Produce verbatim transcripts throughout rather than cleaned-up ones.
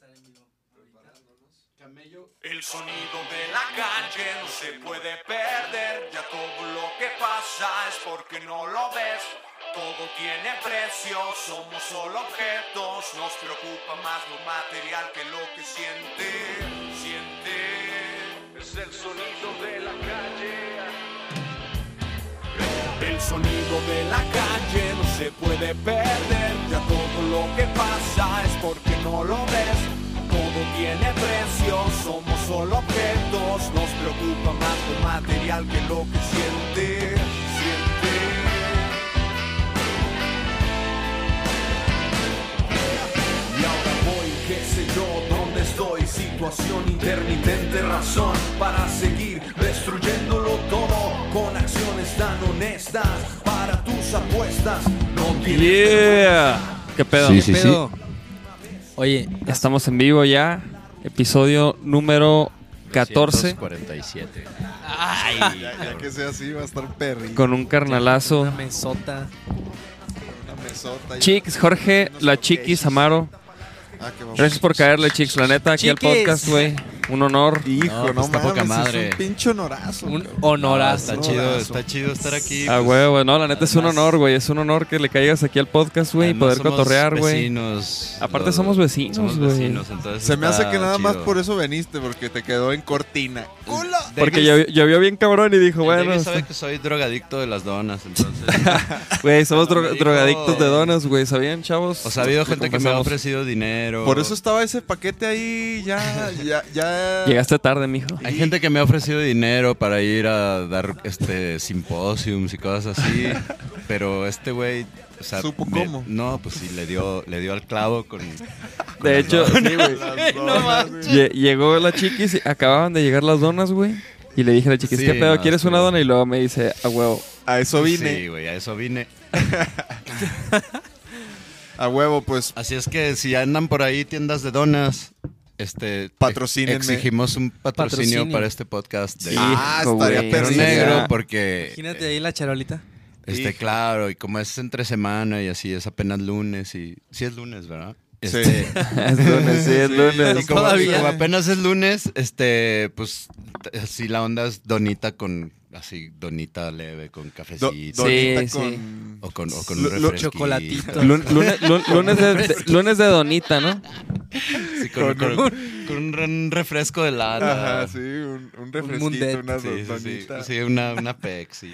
estar en vivo. Camello. El sonido de la calle no se puede perder. Ya todo lo que pasa es porque no lo ves. Todo tiene precio, somos solo objetos. Nos preocupa más lo material que lo que siente. Siente. Es el sonido de la calle. El sonido de la calle no se puede perder. Ya todo lo que pasa es porque no lo ves. Todo tiene precio, somos solo objetos. Nos preocupa más lo material que lo que siente. Siente. Y ahora voy, qué sé yo, dónde estoy. Situación intermitente, razón para seguir destruyéndolo todo. Con acciones tan honestas para tus apuestas. No tienes Yeah. ¿Qué pedo? Sí, ¿Qué sí, pedo? sí. Oye, Estamos en vivo ya. Episodio número catorce. cuarenta y siete. ay, Ya, ya que sea así, va a estar perri. Con un carnalazo. una mesota. Una mesota. ya. Chicks, Jorge, Unos la hotcakes. Chiquis, Amaro. Ah, qué vamos. Gracias por caerle, Chicks. La neta, aquí al Chiquis. podcast, güey. Un honor. Hijo, No, no, pues está mames, poca madre. es un pinche honorazo. Un cabrón. honorazo. Está chido, está chido estar aquí. Ah, pues, güey, güey. No, la neta es un además- honor, güey. Es un honor que le caigas aquí al podcast, güey. Y además poder somos cotorrear, güey. vecinos, Aparte los- somos vecinos, somos güey. vecinos, entonces Se me hace está que nada más chido. por eso veniste, porque te quedó en cortina. ¡Culo! Porque Davis- llovió, llovió bien cabrón y dijo, el bueno. Davis está- sabe que soy drogadicto de las donas, entonces. Güey, somos No, me dro- dijo- drogadictos de donas, güey. ¿Sabían, chavos? O sea, ha habido Lo gente que me ha confesamos. ofrecido dinero. Por eso estaba ese paquete ahí, ya, ya, ya. Llegaste tarde, mijo. Hay gente que me ha ofrecido dinero para ir a dar este simposiums y cosas así, pero este güey, o sea, ¿Supo me- cómo? no, pues sí le dio le dio al clavo con, con De las hecho, donas. sí, güey. Las donas, güey. Lle- Llegó la Chiquis y acababan de llegar las donas, güey. Y le dije a la Chiquis, Sí, ¿qué pedo? no, ¿Quieres estuvo- una dona? Y luego me dice, a huevo. A eso vine. Sí, güey, a eso vine. A huevo, pues. Así es que si andan por ahí tiendas de donas, este Patrocínenme. exigimos un patrocinio, Patrocinio. para este podcast de Ah, Hijo, estaría güey. Pero perrísimo. negro porque Imagínate ahí la charolita. este Hijo. claro, y como es entre semana y así es apenas lunes y sí es lunes, ¿verdad? Sí. Este, Es lunes, sí, es lunes. Y como, Todavía. y como apenas es lunes, este, pues, t- así la onda es donita con, así, donita leve con Do- cafecito. donita Sí, sí. con. O con, o con Lu- un lu- refresquito. chocolatito. Lun- lunes, lun- lunes, de, de- lunes de donita, ¿no? Sí, con, Con con- con un re- un refresco de lata. Ajá, sí, un, un refresquito, mundet. una Sí, sí, sí, donita. sí, una, una Pepsi.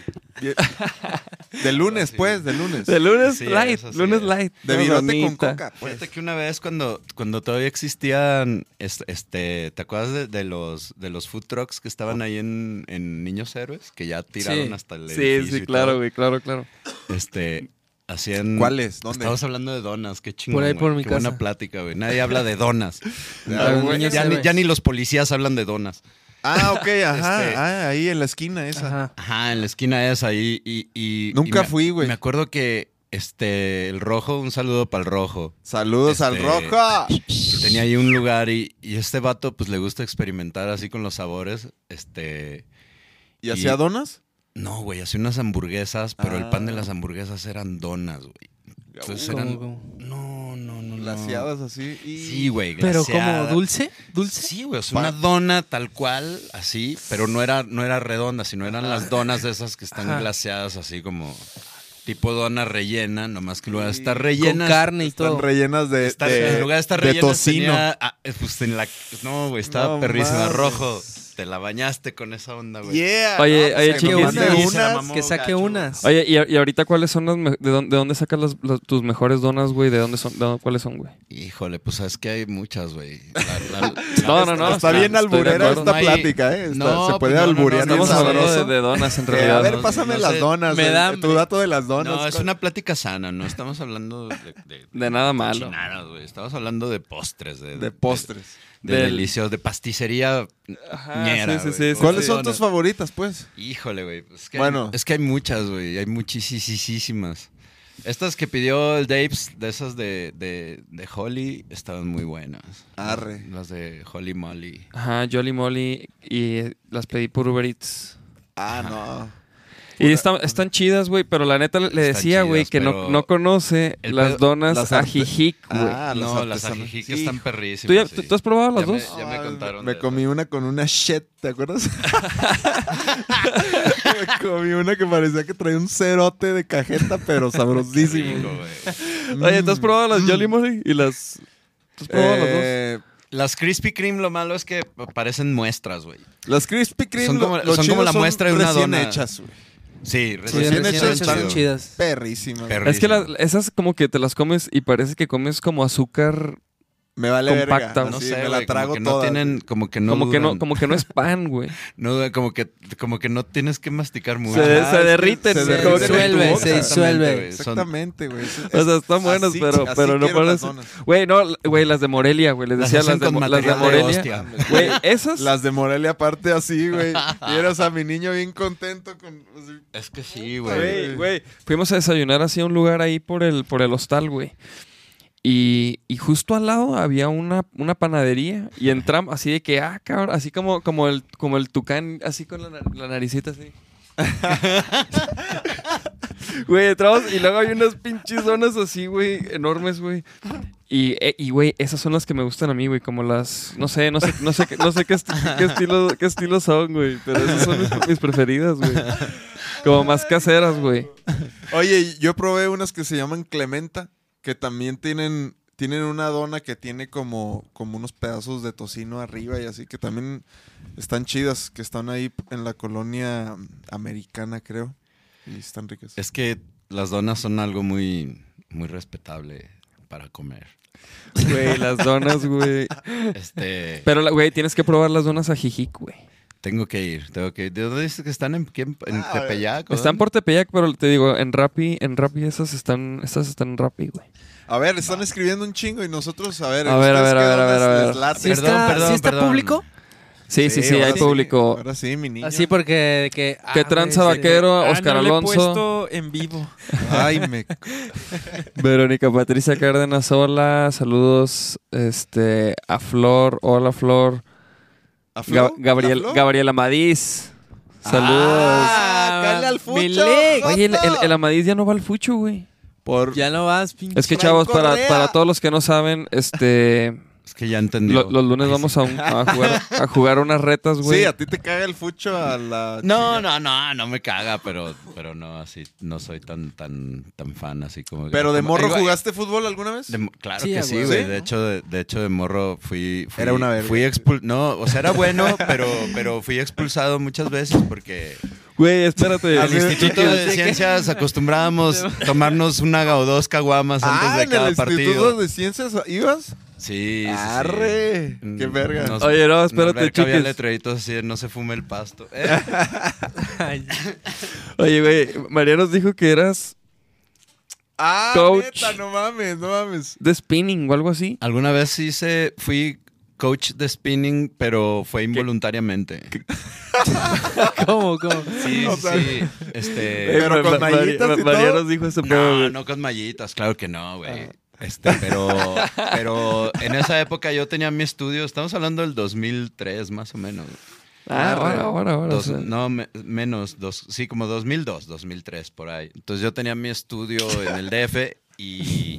De lunes, Sí. pues, de lunes. De lunes Sí, light, eso sí lunes es. light. De no, virote con donita. coca, pues. Fíjate que una vez cuando, cuando todavía existían, es- este, ¿te acuerdas de, de los de los food trucks que estaban ahí en, en Niños Héroes? Que ya tiraron Sí. hasta el Sí, edificio sí, y claro, todo? güey, claro, claro. Este, hacían... ¿Cuáles? ¿Dónde? Estamos hablando de donas, qué chingón, Por ahí, güey. por mi Qué casa. buena plática, güey. Nadie habla de donas. Ah, Los güey. niños ya, ni, héroes. ya ni los policías hablan de donas. Ah, ok, ajá. Este- Ah, ahí en la esquina esa. Ajá. Ajá, en la esquina esa ahí y... y Nunca y me- fui, güey. Me acuerdo que este, el rojo, un saludo para el rojo. Saludos al Este- rojo. Que tenía ahí un lugar y, y este vato pues le gusta experimentar así con los sabores. Este... ¿Y hacía donas? No, güey, hacía unas hamburguesas, pero el pan de Ah. las hamburguesas eran donas, güey. Entonces ¿Cómo, eran... cómo? No, no, no, no. Glaseadas así. Y... Sí, güey, Pero glaseada. como dulce, dulce. Sí, güey, o sea, una dona tal cual, así, pero no era, no era redonda, sino eran las donas de esas que están Ajá. glaseadas así como tipo dona rellena, nomás que en lugar de Sí, estar Con rellenas... carne y Están todo. rellenas de, estar- de, en lugar de estar de rellenas tocino. tenía, ah, eh, pues en la... No, güey, estaba No perrísima, mames. rojo. Te la bañaste con esa onda, güey. Yeah. Oye, No, oye, pues, Que que chiquis, nos mande unas, se la unas. mamó. que saque gacho. unas. Oye, ¿y, y ahorita cuáles son las... me- de, dónde, de dónde sacas las- las- tus mejores donas, güey? ¿De dónde son? De dónde- ¿Cuáles son, güey? Híjole, pues es que hay muchas, güey. La- la- No, no, no. Está bien estoy de alburera acuerdo. esta No hay- plática, ¿eh? Está- No, se puede pues no, no, no, alburear bien Estamos no, hablando sabroso. de, de donas, en Eh, realidad. a ver, no- pásame no las sé. donas. Me el- da tu hambre. dato de las donas. No, es una plática sana, no estamos hablando de... De, De nada malo. cochinadas, güey. Estamos hablando de postres. De, de postres. De, Del- deliciosos, de pasticería Ajá, ñera, sí, sí, güey. sí, ¿Cuáles sí. son tus favoritas, pues? Híjole, güey. pues Es que Bueno. hay, es que hay muchas, güey. Hay muchísimas. Estas que pidió el Daves, de esas de, de, de Holly, estaban muy buenas. Arre. Las de Holly Molly. Ajá, Jolly Molly. Y las pedí por Uber Eats. Ah, no. Y están, están chidas, güey, pero la neta le Están decía, güey, chidas, que no, pero no conoce el las pedo- donas las arte- ajijic, güey. Ah, no, los las artesanos. ajijic Sí. están ¿Tú, perrísimas. ya, sí. tú- tú has probado las Ya me- dos? ya me Ah, contaron. Me de comí esas. una con una shit, ¿te acuerdas? Me comí una que parecía que traía un cerote de cajeta, pero sabrosísimo. Rico, güey. Oye, ¿tú has probado las Jolly Molly? Y las... ¿Tú has probado las dos? Eh, Las Krispy Kreme, lo malo es que parecen muestras, güey. Las Krispy Kreme Son como- lo- lo son como chido la muestra de una recién dona. hechas, güey. Sí, Sí, recién, recién recién hechas hechas están están chidas. Perrísimas. Perrísimas. Es que las- esas como que te las comes y parece que comes como azúcar, Me vale compacta, verga. No así, sé, me güey, la como trago que no toda. tienen, como que no como que no, duran. como que no es pan, güey. No, como que, como que no tienes que masticar mucho. Se, Ajá, se es que derriten. se como Se derriten que- en tu disuelve, boca. se disuelve. güey. Son- Exactamente, güey. Es- O sea, están buenas, así- pero, así pero no quiero las parece. donas. Güey, no, güey, las de Morelia, güey. Les Las decía hacen las de, con Mo- las de material de Morelia. hostia. Güey, esas. Las de Morelia aparte así, güey. Vieras a mi niño bien contento con... así. Es que sí, güey. Güey, güey. Fuimos a desayunar así a un lugar ahí por el, por el hostal, güey. Y, y justo al lado había una, una panadería. Y entramos así de que, ah, cabrón, así como, como, el, como el tucán, así con la, nar- la naricita así. Güey, entramos y luego hay unas pinches zonas así, güey, enormes, güey. Y, eh, y, güey, esas son las que me gustan a mí, güey, como las... No sé, no sé, no sé, qué- no sé qué, esti- qué estilo, qué estilo son, güey. Pero esas son mis, mis preferidas, güey. Como más caseras, güey. Oye, yo probé unas que se llaman Clementa, que también tienen, tienen una dona que tiene como, como unos pedazos de tocino arriba y así, que también están chidas, que están ahí en la colonia americana, creo. Y están ricas. Es que las donas son algo muy, muy respetable para comer. Güey, las donas, güey. Este, Pero, la- güey, tienes que probar las donas ajijic, güey. tengo que ir, tengo que ir. ¿De dónde dices que están? ¿En, qué? ¿En Ah, Tepeyac? ¿o Están dónde? por Tepeyac, pero te digo, en Rappi, en Rappi esas están, esas están en Rappi, güey. A ver, están escribiendo un chingo y nosotros, a ver, A ver, a ¿ustedes ver, qué a ver, a donas ver, a ver. les late? ¿Sí Perdón, está, perdón, ¿sí está perdón. público? Sí, sí, sí, ahora hay público. Ahora sí, mi niño. Así porque... Que, ¿Qué ah, tranza, güey, sí. vaquero? Ah, Oscar no le he Alonso. puesto en vivo. Ay, me... Verónica Patricia Cárdenas, hola. Saludos este, a Flor. Hola, Flor. ¿A Ga- Flo? Gabriel, ¿A Flo? Gabriel Amadís. Saludos. Ah, cállale al fucho. Milek. Oye, el, el, el Amadís ya no va al fucho, güey. Por... Ya no vas, pinche. Es que, Frank chavos, para, Correa. para todos los que no saben, este... Es que ya entendí. lo- los lunes vamos a, un- a jugar, a jugar unas retas, güey. Sí, a ti te caga el fucho a la... No, chinga. no, no, no me caga, pero, pero no, así, no soy tan, tan, tan fan, así como... ¿Pero de como- morro igual- jugaste fútbol alguna vez? de mo- claro Sí, que a sí, huevo. güey. ¿Sí? De hecho, de, de hecho, de morro fui... fui Era una verga. Fui expul... No, o sea, era bueno, pero, pero fui expulsado muchas veces porque... Güey, espérate. Al Instituto de Ciencias acostumbrábamos tomarnos una o dos caguamas antes Ah, de ¿en cada el partido. Instituto de Ciencias ibas? Sí, sí, sí. Arre, qué verga. Nos- Oye, no, en la espérate, alberca había chiques. letreritos así de no se fume el pasto. Eh, Ay, Oye, güey, María nos dijo que eras Ah, Coach. neta, no mames, no mames. de spinning o algo así. Alguna vez hice, fui coach de spinning, pero fue involuntariamente. ¿Cómo, cómo? Sí, O sí, sea, sí. Este, Pero con Ma- Ma- mallitas Ma- y María todo. nos dijo ese pedo, no, güey. no con mallitas, claro que no, güey. Este, pero, pero en esa época yo tenía mi estudio, estamos hablando del dos mil tres más o menos. Ah, ahora, ahora, ahora. Dos- o sea. no, me- menos, dos, sí, como dos mil dos, dos mil tres, por ahí. Entonces yo tenía mi estudio en el D F y,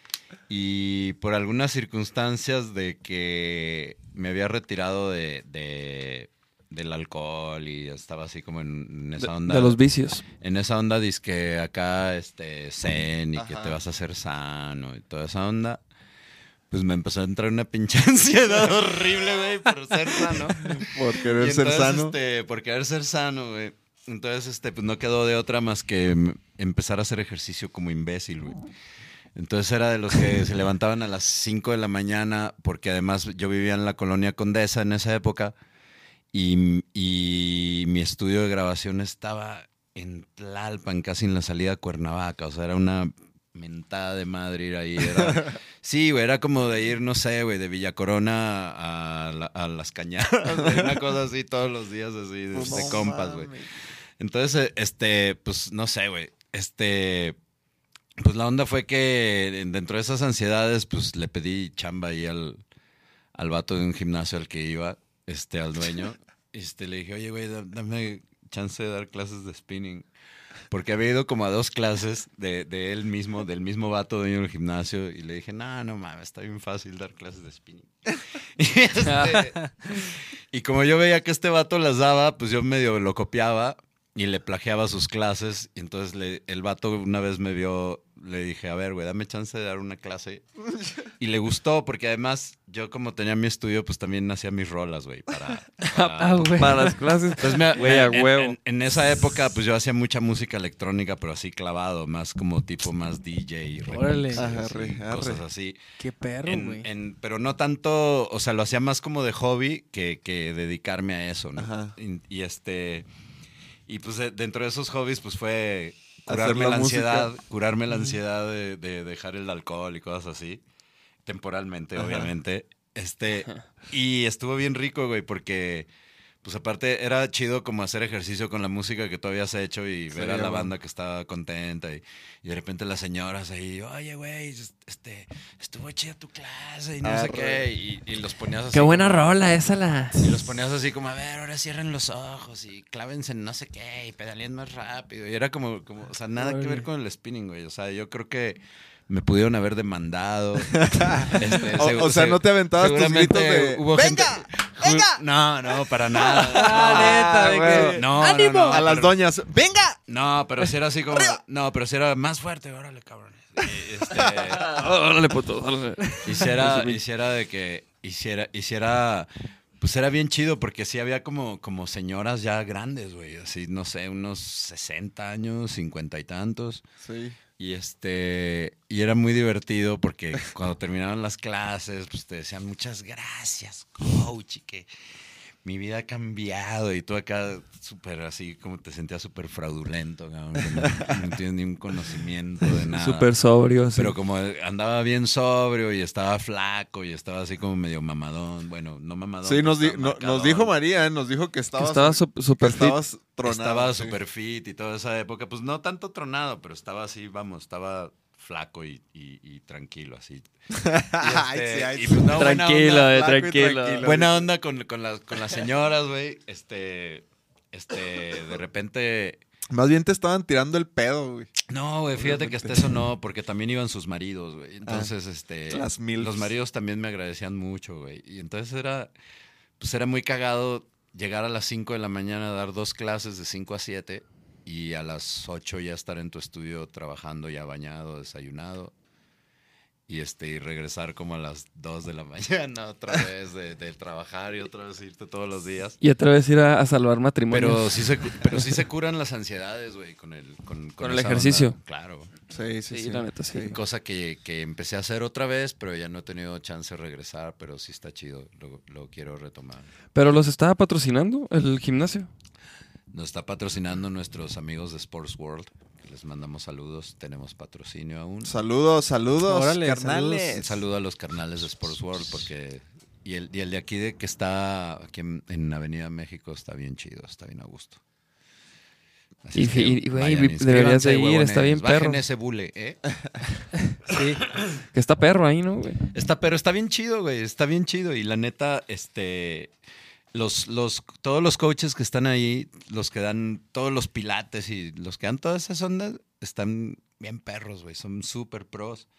y por algunas circunstancias de que me había retirado de, de- del alcohol y estaba así como en, en esa De, onda. de los vicios. En esa onda que acá, este, zen y que Ajá. te vas a hacer sano y toda esa onda. Pues me empezó a entrar una pinche ansiedad horrible, güey, por ser sano. Por Y querer ser entonces, sano. Este, por querer ser sano, güey. Entonces, este, pues no quedó de otra más que m- empezar a hacer ejercicio como imbécil, güey. Entonces era de los que se levantaban a las cinco de la mañana, porque además yo vivía en la colonia Condesa en esa época, y, y mi estudio de grabación estaba en Tlalpan, casi en la salida a Cuernavaca. O sea, era una mentada de madre ir ahí. Era, sí, güey, era como de ir, no sé, güey, de Villa Corona a, la- a Las Cañadas, güey, una cosa así todos los días, así, de, Pues de no compas, güey. mames. Entonces, este, pues, no sé, güey, este... Pues la onda fue que dentro de esas ansiedades, pues le pedí chamba ahí al, al vato de un gimnasio al que iba, este, al dueño. Este, le dije, oye, güey, da- dame chance de dar clases de spinning. Porque había ido como a dos clases de, de él mismo, del mismo vato dueño del gimnasio. Y le dije, no, no mames, está bien fácil dar clases de spinning. y, este, y como yo veía que este vato las daba, pues yo medio lo copiaba y le plagiaba sus clases. Y entonces le, el vato una vez me vio, le dije, a ver, güey, dame chance de dar una clase. Y le gustó, porque además yo como tenía mi estudio, pues también hacía mis rolas, güey, para... para Ah, güey. Para las clases. Entonces, me- Güey, a en, huevo. en- en esa época, pues yo hacía mucha música electrónica, pero así clavado, más como tipo más D J, Órale. remixes Arre, y arre. cosas así. Qué perro, En- güey. en- pero no tanto, o sea, lo hacía más como de hobby que, que dedicarme a eso, ¿no? Ajá. Y, y este, y pues de- dentro de esos hobbies, pues fue Hacer curarme la la ansiedad, música. curarme la ansiedad de, de dejar el alcohol y cosas así, temporalmente, Ajá. obviamente. Este, y estuvo bien rico, güey, porque pues aparte era chido como hacer ejercicio con la música que tú habías hecho y Sí, ver a la güey. banda que estaba contenta y, y de repente las señoras ahí, oye, güey, este, estuvo chida tu clase y no sé Arre. qué, y, y los ponías así. Qué buena como- rola esa la. Y los ponías así como, a ver, ahora cierren los ojos y clávense en no sé qué y pedaleen más rápido. Y era como, como o sea, nada que ver con el spinning, güey. O sea, yo creo que me pudieron haber demandado. Este, O- segu- o sea, segu- no te aventabas tus seguramente gritos de, hubo ¡venga! gente- ju- No, no, para nada. Ah, neta, de güey. que. No, ¡Ánimo! no, no, A las pero- doñas, ¡venga! No, pero si era así como. No, pero si era más fuerte, órale, cabrones. Y, este, Órale, puto. órale. hiciera, hiciera de que. Hiciera, hiciera. Pues era bien chido porque sí había como, como señoras ya grandes, güey. Así, no sé, unos sesenta años, cincuenta y tantos. Sí. Y este. Y era muy divertido porque cuando terminaban las clases, pues te decían muchas gracias, coach, y que mi vida ha cambiado. Y tú acá súper así, como te sentías súper fraudulento, cabrón, que no, no tienes ni un conocimiento de nada. Súper sobrio. sí. Pero como andaba bien sobrio y estaba flaco y estaba así como medio mamadón. Bueno, no mamadón. Sí, nos, di- estaba no- nos marcadón. dijo María, ¿eh? Nos dijo que Que estabas, estaba su- que súper fit. estabas tronado. Estaba sí. súper fit y toda esa época. Pues no tanto tronado, pero estaba así, vamos, estaba flaco y, y- y tranquilo, así. Y, Ay, este, sí, ay, y sí. pues no, buena Tranquilo, onda, eh, flaco y tranquilo. tranquilo. buena onda con, con, las, con las señoras, güey. Este, este, de repente... Más bien te estaban tirando el pedo, güey. No, güey, fíjate que hasta eso no, porque también iban sus maridos, güey. Entonces, este... las milfs. Los maridos también me agradecían mucho, güey. Y entonces era... Pues era muy cagado llegar a las cinco de la mañana a dar dos clases de cinco a siete y a las ocho ya estar en tu estudio trabajando, ya bañado, desayunado. Y este y regresar como a las dos de la mañana otra vez de, de trabajar y otra vez irte todos los días. Y otra vez ir a, a salvar matrimonios. Pero sí se, cu- pero sí se curan las ansiedades, güey, con el, con, Con el esa ejercicio. onda. Claro. Sí, sí, Sí, sí. la neta, sí. Cosa que, que empecé a hacer otra vez, pero ya no he tenido chance de regresar, pero sí está chido, lo, lo quiero retomar. Pero los estaba patrocinando el gimnasio. Nos está patrocinando nuestros amigos de Sports World, que les mandamos saludos, tenemos patrocinio aún. Saludos, saludos, Órale, carnales. Un saludo a los carnales de Sports World, porque y el, y el de aquí de que está aquí en, en Avenida México está bien chido, está bien a gusto. Así Y- es que y- y, güey, vayan, vi- deberías de inscríbanse, ir, huevones, está bien bajen perro. ese bule, ¿eh? Sí. Que está perro ahí, ¿no, güey? Está, pero está bien chido, güey. Está bien chido. Y la neta, este. Los, los, todos los coaches que están ahí, los que dan todos los pilates y los que dan todas esas ondas, están bien perros, güey. Son súper pros.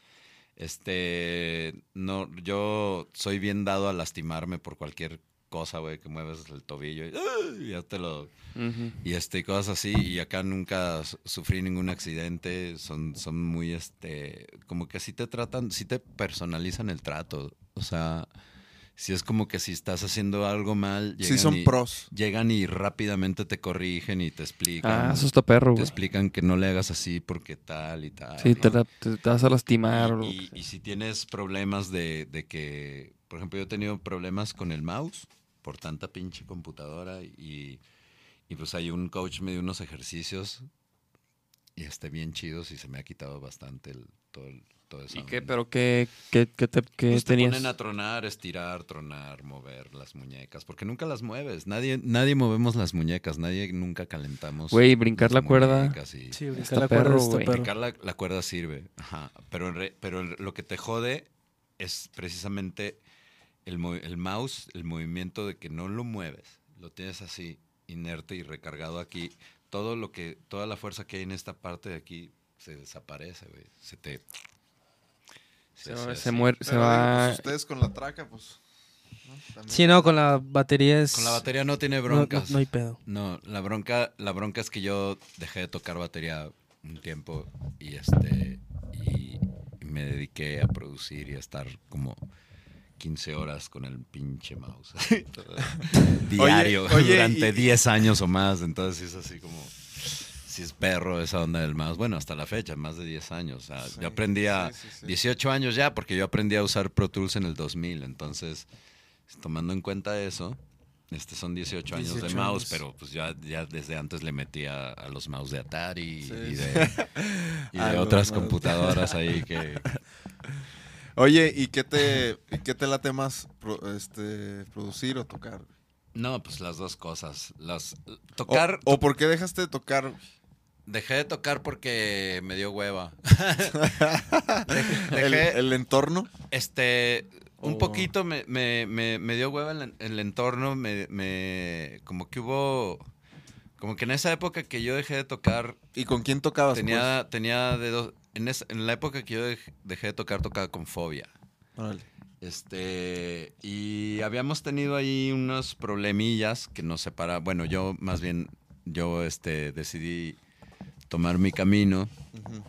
Este. No, yo soy bien dado a lastimarme por cualquier cosa, güey, que mueves el tobillo y ¡ay! Ya te lo. Y este, cosas así, y acá nunca su- sufrí ningún accidente, son, son muy, este, como que sí te tratan, sí te personalizan el trato, o sea, si es como que si estás haciendo algo mal, llegan, Sí, son y, pros. llegan y rápidamente te corrigen y te explican, Ah, eso está perro, te güey. explican que no le hagas así porque tal y tal. Sí, te, ¿no? la- te- te vas a lastimar. o- Y, y- y si tienes problemas de, de que, por ejemplo, yo he tenido problemas con el mouse por tanta pinche computadora y, y pues hay un coach me dio unos ejercicios y este bien chidos y se me ha quitado bastante el, todo, el- todo eso. ¿Y qué? ¿Pero qué, qué, qué, te, qué Pues te tenías? ponen a tronar, estirar, tronar, mover las muñecas, porque nunca las mueves. Nadie, nadie movemos las muñecas, nadie nunca calentamos. Güey, brincar las la cuerda. muñecas y- Sí, brincar Está la cuerda perro, está güey. perro. Brincar la, la cuerda sirve, ajá. Pero, en re- pero en- lo que te jode es precisamente el, mo- el mouse, el movimiento de que no lo mueves, lo tienes así inerte y recargado aquí, todo lo que, toda la fuerza que hay en esta parte de aquí se desaparece, güey. Se te... Se, hace va- así. se muere, se Pero digo, va... pues, ustedes con la traca, pues. ¿no? También. Sí, no, con la batería es... Con la batería no tiene no, broncas. no, no hay pedo. No, la bronca, la bronca es que yo dejé de tocar batería un tiempo y este y me dediqué a producir y a estar como quince horas con el pinche mouse. Diario, Oye, oye, durante y- diez años o más. Entonces es así como, si es perro esa onda del mouse. Bueno, hasta la fecha, más de diez años. O sea, Sí, yo aprendí a sí, sí, sí. dieciocho años ya, porque yo aprendí a usar Pro Tools en el dos mil. Entonces, tomando en cuenta eso, este son dieciocho años de dieciocho mouse, años. pero pues ya, ya desde antes le metía a los mouse de Atari Sí, y sí. de, y de A los otras mouse. computadoras ahí que... Oye, ¿y qué te, y qué te late más? Pro- este, ¿producir o tocar? No, pues las dos cosas. Las, O, tocar... o por qué dejaste de tocar? Dejé de tocar porque me dio hueva. ¿El, Dejé, el entorno? este, un O- poquito me, me, me, me dio hueva el, el entorno, me, me, como que hubo, como que en esa época que yo dejé de tocar, ¿Y con quién tocabas? tenía, tenía de dos, en, esa- en la época que yo dej- dejé de tocar, tocaba con Fobia. Pues? Órale. Este, y habíamos tenido ahí unos problemillas que nos separaban. Bueno, yo más bien, yo este, decidí tomar mi camino. Ujú.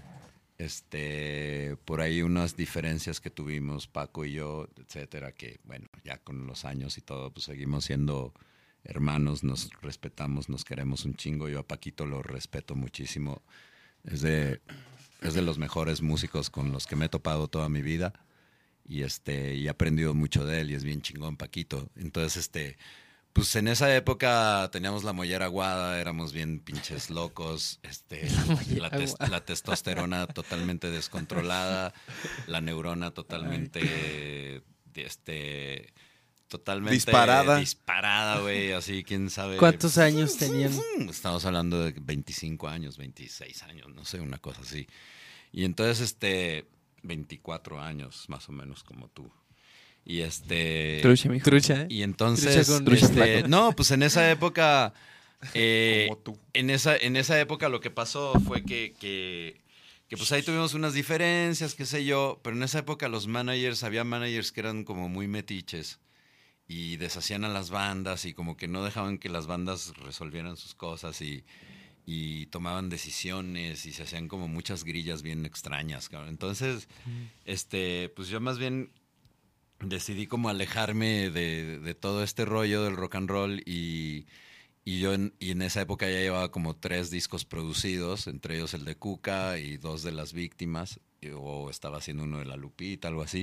Este, por ahí unas diferencias que tuvimos Paco y yo, etcétera, que bueno, ya con los años y todo, pues seguimos siendo hermanos, nos respetamos, nos queremos un chingo. Yo a Paquito lo respeto muchísimo. Es de, es de los mejores músicos con los que me he topado toda mi vida. Y este, y he aprendido mucho de él y es bien chingón Paquito. Entonces, este, pues en esa época teníamos la mollera aguada, éramos bien pinches locos, este, la, tes- la testosterona totalmente descontrolada, la neurona totalmente, este, totalmente Disparada. disparada, güey, así, quién sabe. ¿Cuántos años tenían? Estamos hablando de veinticinco años, veintiséis años, no sé, una cosa así. Y entonces, este, veinticuatro años, más o menos como tú. Y este... Trucha, mijo. Trucha, ¿eh? Y entonces, Trucha con- Trucha este, flaco. no, pues en esa época, eh, Como tú. en esa, en esa época lo que pasó fue que, que, que, pues ahí tuvimos unas diferencias, qué sé yo, pero en esa época los managers, había managers que eran como muy metiches y deshacían a las bandas y como que no dejaban que las bandas resolvieran sus cosas y, y tomaban decisiones y se hacían como muchas grillas bien extrañas, cabrón. Entonces, este, pues yo más bien decidí como alejarme de, de todo este rollo del rock and roll y, y yo en, y en esa época ya llevaba como tres discos producidos, entre ellos el de Cuca y dos de Las Víctimas, y- o estaba haciendo uno de La Lupita, algo así,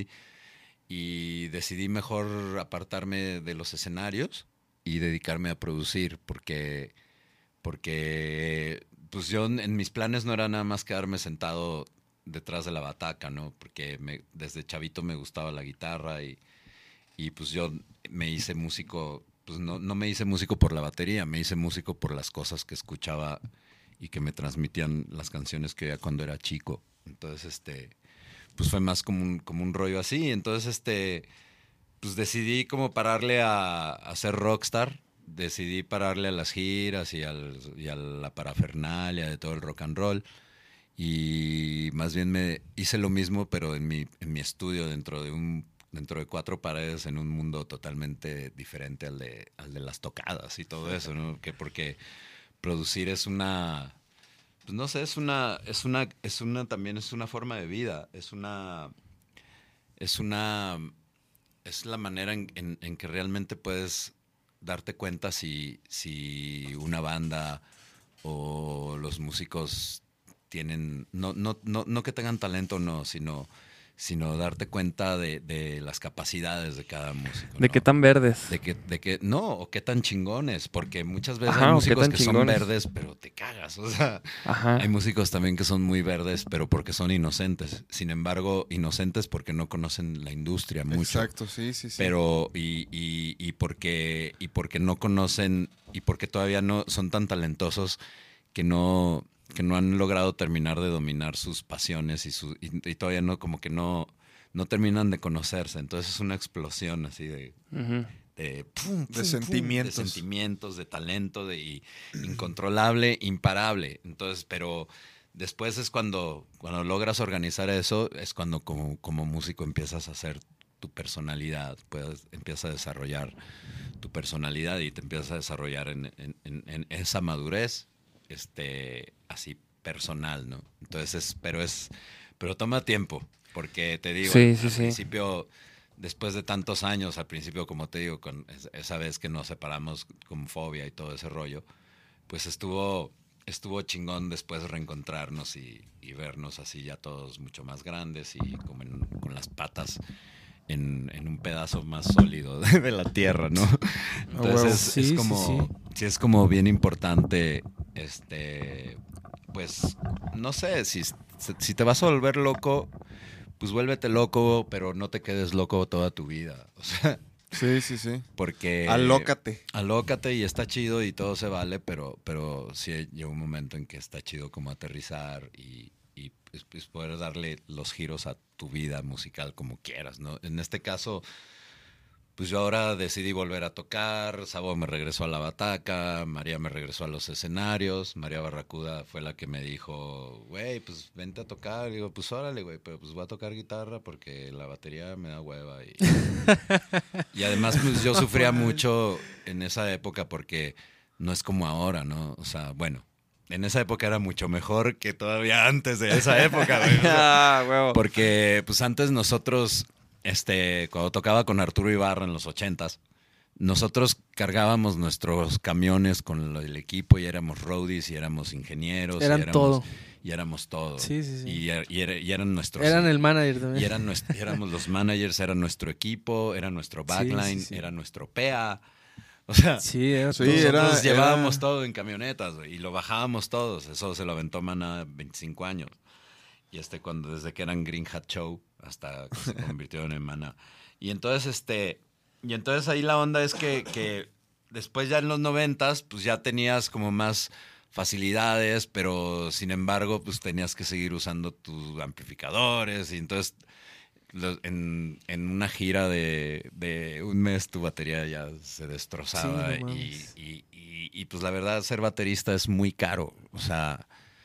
y decidí mejor apartarme de los escenarios y dedicarme a producir porque, porque pues yo en en mis planes no era nada más quedarme sentado detrás de la bataca, ¿no? Porque me, desde chavito me gustaba la guitarra y, y pues yo me hice músico, pues no, no me hice músico por la batería, me hice músico por las cosas que escuchaba y que me transmitían las canciones que oía cuando era chico. Entonces, este, pues fue más como un, como un rollo así. Entonces, este, pues decidí como pararle a, a ser rockstar, decidí pararle a las giras y, al, y a la parafernalia de todo el rock and roll. Y más bien me hice lo mismo, pero en mi, en mi estudio, dentro de un dentro de cuatro paredes, en un mundo totalmente diferente al de, al de las tocadas y todo eso, ¿no? Que porque producir es una, pues no sé, es una, es una, es una, también es una forma de vida, es una, es una, es la manera en, en, en que realmente puedes darte cuenta si, si una banda o los músicos tienen, no, no, no, no que tengan talento o no, sino, sino darte cuenta de, de las capacidades de cada músico. ¿De ¿no? qué tan verdes? De que, de que, no, o qué tan chingones, porque muchas veces Ajá, hay o qué músicos tan que son chingones. verdes, pero te cagas, o sea, Ajá. hay músicos también que son muy verdes, pero porque son inocentes. Sin embargo, inocentes porque no conocen la industria mucho. Exacto, sí, sí, sí. Pero, y, y, y, porque, y porque no conocen, y porque todavía no son tan talentosos que no, que no han logrado terminar de dominar sus pasiones y, su, y, y todavía no, como que no, no terminan de conocerse. Entonces es una explosión así de, Ujú. de, pum, De pum, sentimientos. pum, de sentimientos, de talento, de y, incontrolable, imparable. Entonces, pero después es cuando, cuando logras organizar eso, es cuando como, como músico empiezas a hacer tu personalidad, puedes, empiezas a desarrollar tu personalidad y te empiezas a desarrollar en, en, en, en esa madurez, este, así personal, ¿no? Entonces, es, pero es, pero toma tiempo, porque te digo, Sí, al, sí, al sí. principio, después de tantos años, al principio, como te digo, con esa vez que nos separamos con Fobia y todo ese rollo, pues estuvo, estuvo chingón después reencontrarnos y, y vernos así ya todos mucho más grandes y como en, con las patas en, en un pedazo más sólido de, de la tierra, ¿no? Entonces huevo. es, Sí, es sí, como, sí. sí es como bien importante, este, pues, no sé, si, si te vas a volver loco, pues vuélvete loco, pero no te quedes loco toda tu vida, o sea, Sí, sí, sí. porque... Alócate. Alócate y está chido y todo se vale, pero, pero sí llega un momento en que está chido como aterrizar y, y pues, pues poder darle los giros a tu vida musical como quieras, ¿no? En este caso, pues yo ahora decidí volver a tocar, Sabo me regresó a la bataca, María me regresó a los escenarios, María Barracuda fue la que me dijo, güey, pues vente a tocar. Y digo, pues órale, güey, pero pues voy a tocar guitarra porque la batería me da hueva. Y, y además, pues yo sufría mucho en esa época porque no es como ahora, ¿no? O sea, bueno, en esa época era mucho mejor que todavía antes de esa época, güey. O sea, Ah, huevo. porque pues antes nosotros, este, cuando tocaba con Arturo Ibarra en los ochentas, nosotros cargábamos nuestros camiones con lo- el equipo y éramos roadies y éramos ingenieros. Eran y éramos, todo. Y éramos todo. Sí, sí, sí. Y, er- y era- y eran nuestros... Eran el manager también. Y eran nuestro- éramos los managers, era nuestro equipo, era nuestro backline, sí, sí. era nuestro P A. O sea, Sí, era Sí, todo. nosotros era- llevábamos era- todo en camionetas, güey, y lo bajábamos todos. Eso se lo aventó Mana veinticinco años. Y este cuando desde que eran Green Hat Show hasta que se convirtieron en Mana. Y entonces este y entonces ahí la onda es que, que después ya en los noventas pues ya tenías como más facilidades, pero sin embargo pues tenías que seguir usando tus amplificadores y entonces lo- en, en una gira de, de un mes tu batería ya se destrozaba. Sí, no y, mames. y, y, y, pues la verdad ser baterista es muy caro. O sea,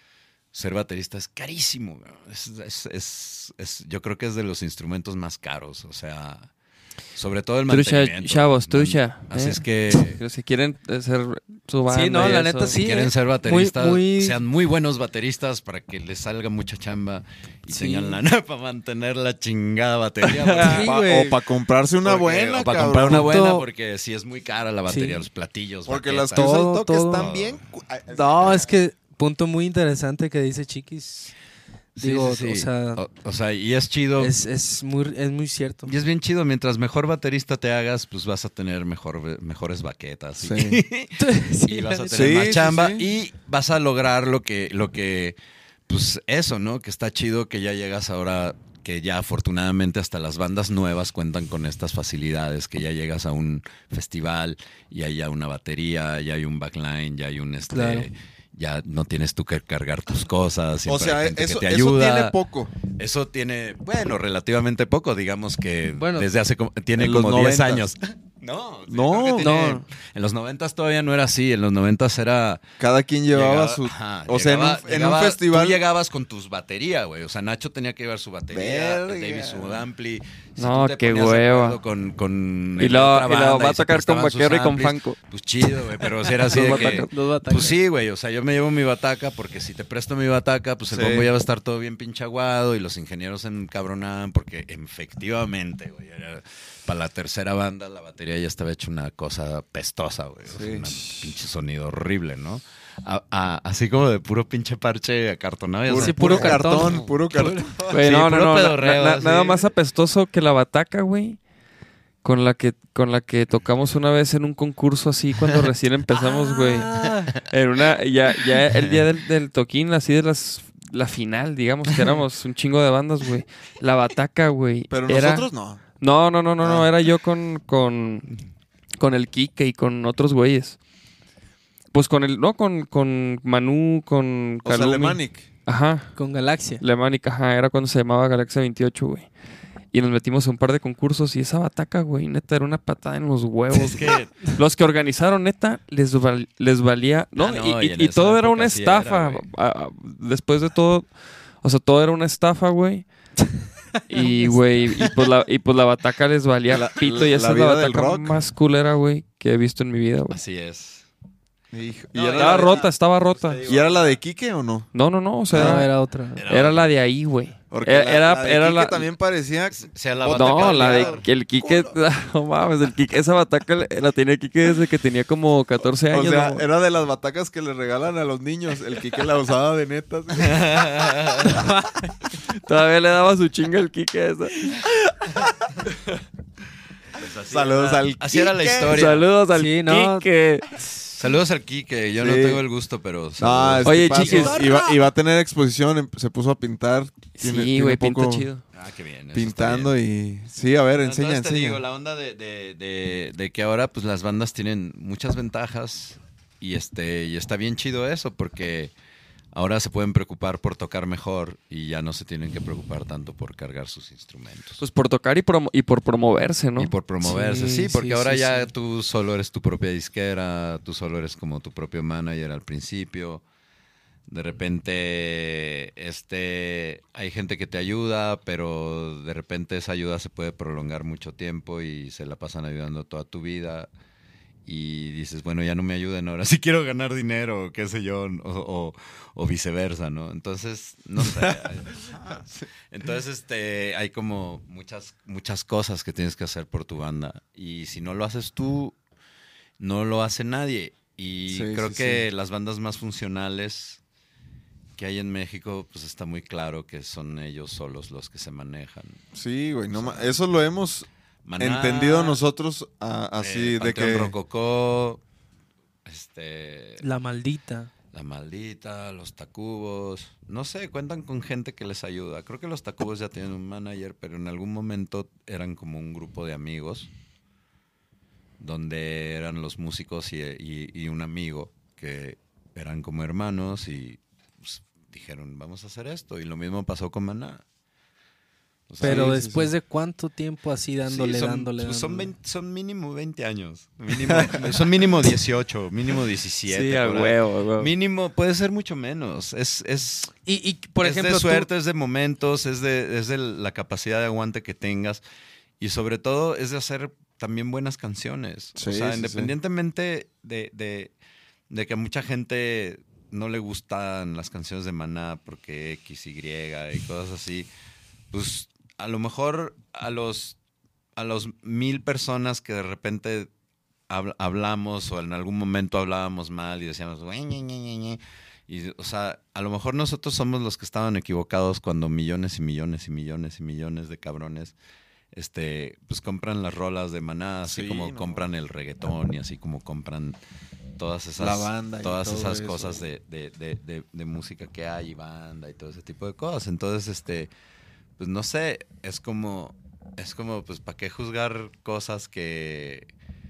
ser baterista es carísimo. Es, es, es, es- yo creo que es de los instrumentos más caros. O sea, sobre todo el Trucha, mantenimiento. chavos, Man- trucha, Así eh. es que Pero si quieren hacer su banda Sí, no, y la eso, neta sí. si quieren eh. ser bateristas, Muy- muy- sean muy buenos bateristas para que les salga mucha chamba y Sí. tengan lana para mantener la chingada batería. Sí, Pa- güey. o para comprarse una Porque- buena, o para cabrón. comprar una buena, Todo- porque si es muy cara la batería, Sí. los platillos. Porque baquetas. las que usa el Todo, toque todo. están bien. cu- ay, así No, que- es que punto muy interesante que dice Chiquis. Sí, Digo, sí, sí. o sea, o, o sea, y es chido. es, es, muy, es muy cierto. Y es bien chido, mientras mejor baterista te hagas, pues vas a tener mejor, mejores baquetas. y- Sí. Sí, y la vas a neta. tener Sí, más sí, chamba sí. y vas a lograr lo que, lo que, pues eso, ¿no? Que está chido que ya llegas ahora, que ya afortunadamente hasta las bandas nuevas cuentan con estas facilidades, que ya llegas a un festival y hay ya una batería, ya hay un backline, ya hay un este... Claro. Ya no tienes tú que cargar tus cosas. O siempre sea, hay gente eso, que te eso ayuda. tiene poco. Eso tiene, bueno, relativamente poco, digamos que Bueno, desde hace como, tiene en los como diez noventas. años. No, sí, No, creo que tiene- no. En los noventas todavía no era así, en los noventas era... Cada quien llevaba llegaba- su... ajá, o sea, en llegaba- un, en llegaba- un festival... Tú llegabas con tus baterías, güey. O sea, Nacho tenía que llevar su batería, Verga. David su ampli. Si No, tú te qué ponías de hueva. acuerdo Con, con Y el luego, otra y luego banda va a se tocar con prestaban sus Vaquero y con amplis, Fanco. Pues chido, güey, pero si era así Dos de que... batacas. Dos batacas. Pues sí, güey, o sea, yo me llevo mi bataca porque si te presto mi bataca, pues el Sí. bombo ya va a estar todo bien pinche aguado y los ingenieros se encabronaban porque efectivamente, güey, era- para la tercera banda la batería ya estaba hecha una cosa pestosa, güey, o sea, Sí. un pinche sonido horrible, ¿no? A- a- así como de puro pinche parche acartonado. ya Puro, sabes. Sí, puro puro cartón, cartón. puro cartón. Güey, Sí, no, no, puro no. na- pedorreo, na- así. nada más apestoso que la bataca, güey. Con la que con la que tocamos una vez en un concurso así cuando recién empezamos, güey. Ah, En una ya ya el día del, del toquín así de las la final, digamos que éramos un chingo de bandas, güey. La bataca, güey. Pero era- nosotros no. No, no, no, no, no, Ah. era yo con con con el Kike y con otros güeyes. Pues con el no con con Manu, con O sea, Calumi. Alemanic. Ajá. con Galaxia. Alemanic, ajá, era cuando se llamaba Galaxia veintiocho, güey. y nos metimos a un par de concursos y esa bataca, güey, neta, era una patada en los huevos. Es que Los que organizaron, neta, les, val- les valía, ¿no? Ah, no, y, y en y- y esa todo era época una sí era, estafa. güey. Ah, ah, después de todo, o sea, todo era una estafa, güey. Y, güey, y pues la, y pues la bataca les valía La- pito y la esa es la vida del bataca rock. más culera, güey, que he visto en mi vida, güey. así es. Hijo. No, ¿Y, era Estaba la de, rota, estaba rota. ¿Y era la de Quique o no? No, no, no, o No, sea, era otra. era la de ahí, güey. Porque Era, la, era, la de era Quique la... también parecía... Sea la Oh, bataca No, del la de liador. que el Quique, no mames, el Quique, esa bataca la- la tenía Quique desde que tenía como catorce años. O sea, ¿no? era de las batacas que le regalan a los niños. El Quique la usaba de neta. así. Todavía le daba su chinga el Quique a esa. Pues así Saludos era- al Así era la Quique. historia. Saludos al Sí, no. Quique. Saludos al Quique. Yo no Sí. tengo el gusto, pero. No, saludos. este Oye, paso chiquis. Iba, iba a tener exposición. em- Se puso a pintar. Tiene- Sí, tiene güey, pinta poco chido. Ah, qué bien. eso Pintando está bien. y... Sí, a ver, Pero enseña, entonces te enseña. digo, la onda de, de- de- de que ahora pues las bandas tienen muchas ventajas y este y está bien chido eso porque ahora se pueden preocupar por tocar mejor y ya no se tienen que preocupar tanto por cargar sus instrumentos. Pues por tocar y, promo- y por promoverse, ¿no? Y por promoverse, sí, Sí, porque sí, ahora sí, ya sí. tú solo eres tu propia disquera, tú solo eres como tu propio manager al principio. De repente, este, hay gente que te ayuda, pero de repente esa ayuda se puede prolongar mucho tiempo y se la pasan ayudando toda tu vida. Y dices, bueno, ya no me ayuden, ahora sí quiero ganar dinero, qué sé yo, o, o- o viceversa, ¿no? Entonces, no sé. Entonces, este, hay como muchas, muchas cosas que tienes que hacer por tu banda. Y si no lo haces tú, no lo hace nadie. Y Sí, creo sí, que sí. las bandas más funcionales que hay en México, pues está muy claro que son ellos solos los que se manejan. Sí, güey. No ma- Eso lo hemos Maná, entendido nosotros ah, así eh, de Panteón que... Rococó, este... La maldita. La Maldita, los Tacubos, no sé, cuentan con gente que les ayuda. Creo que los Tacubos ya tienen un manager, pero en algún momento eran como un grupo de amigos, donde eran los músicos y, y- y un amigo, que eran como hermanos y pues, dijeron, vamos a hacer esto. Y lo mismo pasó con Maná. O sea, Pero sí, sí, después sí. de cuánto tiempo así dándole, sí, son, dándole, pues, son, dándole? veinte son mínimo veinte años. Mínimo, son mínimo dieciocho, mínimo diecisiete. Sí, a por ahí. huevo, a huevo. Mínimo, puede ser mucho menos. Es, es, Y, y, por es ejemplo, de tú- suerte, es de momentos, es de, es de la capacidad de aguante que tengas. Y sobre todo es de hacer también buenas canciones. Sí, o sea, sí, independientemente de, de, de que a mucha gente no le gustan las canciones de Maná porque X, Y y cosas así, pues a lo mejor a los, a los mil personas que de repente hab- hablamos o en algún momento hablábamos mal y decíamos, "Güey, ñe, ñe, ñe, ñe", y, o sea, a lo mejor nosotros somos los que estaban equivocados cuando millones y millones y millones y millones de cabrones este, pues compran las rolas de Maná, así Sí, como no. compran el reggaetón y así como compran todas esas, La banda y todas todo esas eso. cosas de, de, de, de, de música que hay y banda y todo ese tipo de cosas. Entonces, este, pues no sé, es como, es como, pues, ¿para qué juzgar cosas que,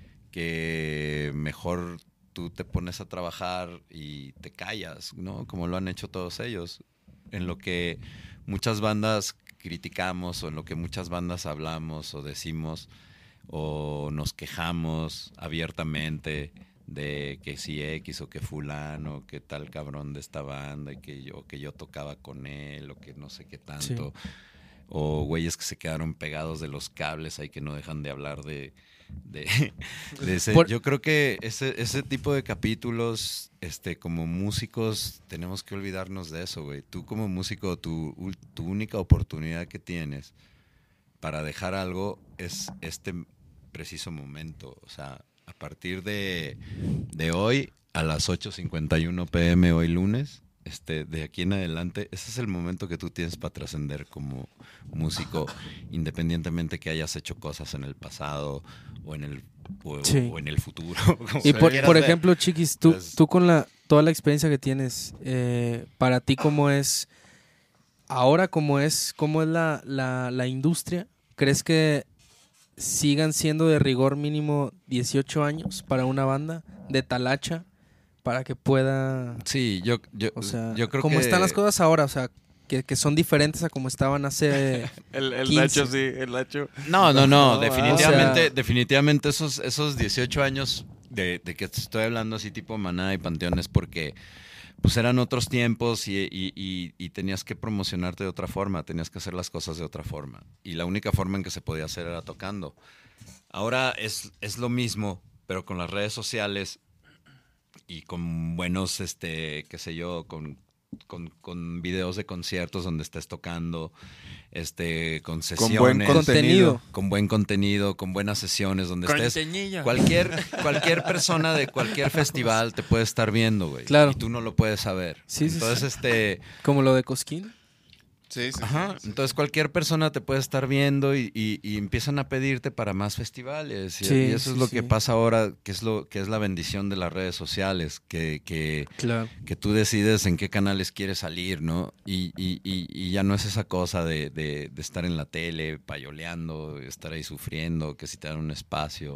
que mejor tú te pones a trabajar y te callas, ¿no? Como lo han hecho todos ellos. En lo que muchas bandas criticamos o en lo que muchas bandas hablamos o decimos o nos quejamos abiertamente de que si X o que fulano, que tal cabrón de esta banda y que yo, que yo tocaba con él o que no sé qué tanto. Sí. O güeyes que se quedaron pegados de los cables ahí que no dejan de hablar de... de, de ese. Por- Yo creo que ese, ese tipo de capítulos, este, como músicos, tenemos que olvidarnos de eso, güey. Tú como músico, tu, ul- tu única oportunidad que tienes para dejar algo es este preciso momento. O sea, a partir de, de hoy, a las ocho cincuenta y uno pm hoy lunes, este, de aquí en adelante, ese es el momento que tú tienes para trascender como músico, independientemente que hayas hecho cosas en el pasado o en el, o, Sí. o en el futuro. como Y se por, quieras por ver. ejemplo, Chiquis, tú, Pues- tú con la toda la experiencia que tienes, eh, para ti, ¿cómo es ahora, cómo es, cómo es la, la, la industria? ¿Crees que sigan siendo de rigor mínimo dieciocho años para una banda de talacha para que pueda... Sí, yo, yo, O sea, yo creo ¿cómo que... están las cosas ahora? O sea, que, que son diferentes a como estaban hace El, el quince. Nacho, sí, el Nacho. No, no, no, No, definitivamente, o sea- definitivamente esos, esos dieciocho años de, de que te estoy hablando así tipo Maná y Panteón es porque pues eran otros tiempos y, y, y, y tenías que promocionarte de otra forma, tenías que hacer las cosas de otra forma. Y la única forma en que se podía hacer era tocando. Ahora es, es lo mismo, pero con las redes sociales y con buenos, este, qué sé yo, con, con, con videos de conciertos donde estés tocando, este, con Con sesiones. buen contenido. contenido. Con buen contenido, con buenas sesiones, donde estés. Conteñillo. Cualquier, cualquier persona de cualquier festival te puede estar viendo, güey. Claro. Y tú no lo puedes saber. Sí, sí, Entonces, este. Como lo de Cosquín. Sí, sí. Ajá. sí. Entonces, cualquier persona te puede estar viendo y, y- y empiezan a pedirte para más festivales. Y, Sí, y eso sí, es lo sí. que pasa ahora, que es lo que es la bendición de las redes sociales, que, que, Claro. que tú decides en qué canales quieres salir, ¿no? Y, y- y- y ya no es esa cosa de, de- de estar en la tele payoleando, estar ahí sufriendo, que si te dan un espacio.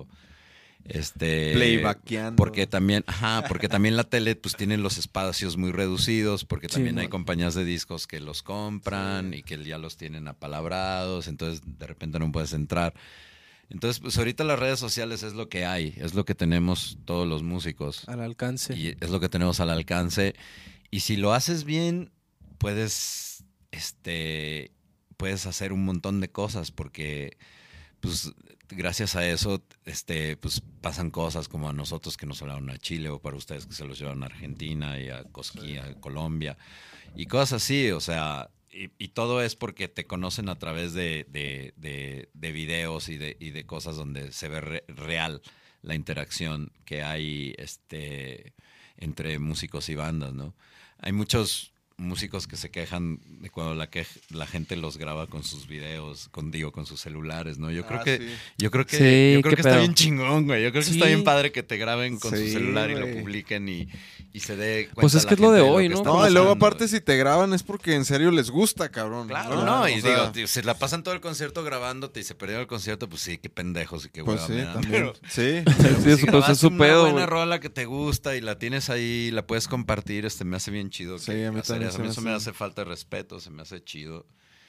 Este, Playbackeando. Porque también, ajá, porque también la tele pues tiene los espacios muy reducidos, porque Sí, también hay man. compañías de discos que los compran y que ya los tienen apalabrados, entonces de repente no puedes entrar. Entonces, pues ahorita las redes sociales es lo que hay, es lo que tenemos todos los músicos. Al alcance. Y es lo que tenemos al alcance. Y si lo haces bien, puedes, este, puedes hacer un montón de cosas porque, pues, gracias a eso, este, pues, pasan cosas como a nosotros que nos hablaron a Chile o para ustedes que se los llevaron a Argentina y a Cosquín, a Colombia y cosas así, o sea, y, y todo es porque te conocen a través de, de, de, de videos y de, y de cosas donde se ve re- real la interacción que hay, este, entre músicos y bandas, ¿no? Hay muchos músicos que se quejan de cuando la, que, la gente los graba con sus videos, con digo, con sus celulares, ¿no? Yo creo Ah, que, sí. yo creo que, Sí, yo creo qué que está pedo. bien chingón, güey. Yo creo que Sí. está bien padre que te graben con su Sí, celular y güey. lo publiquen y, y se dé cuenta. Pues es la que es lo de gente hoy, que ¿no? está No, y luego pasando, aparte güey. si te graban es porque en serio les gusta, cabrón. Claro, no, y O sea, digo, tío, se la pasan todo el concierto grabándote y se perdieron el concierto, pues sí, qué pendejos y qué pues hueva sí, me dan. también. Pero, Sí. pero Sí, eso, si pues, grabaste es su una pedo, buena güey. rola que te gusta y la tienes ahí, la puedes compartir, este me hace bien chido. Sí, que a mí hacer también eso. se A mí me eso me hace- hace falta de respeto, se me hace chido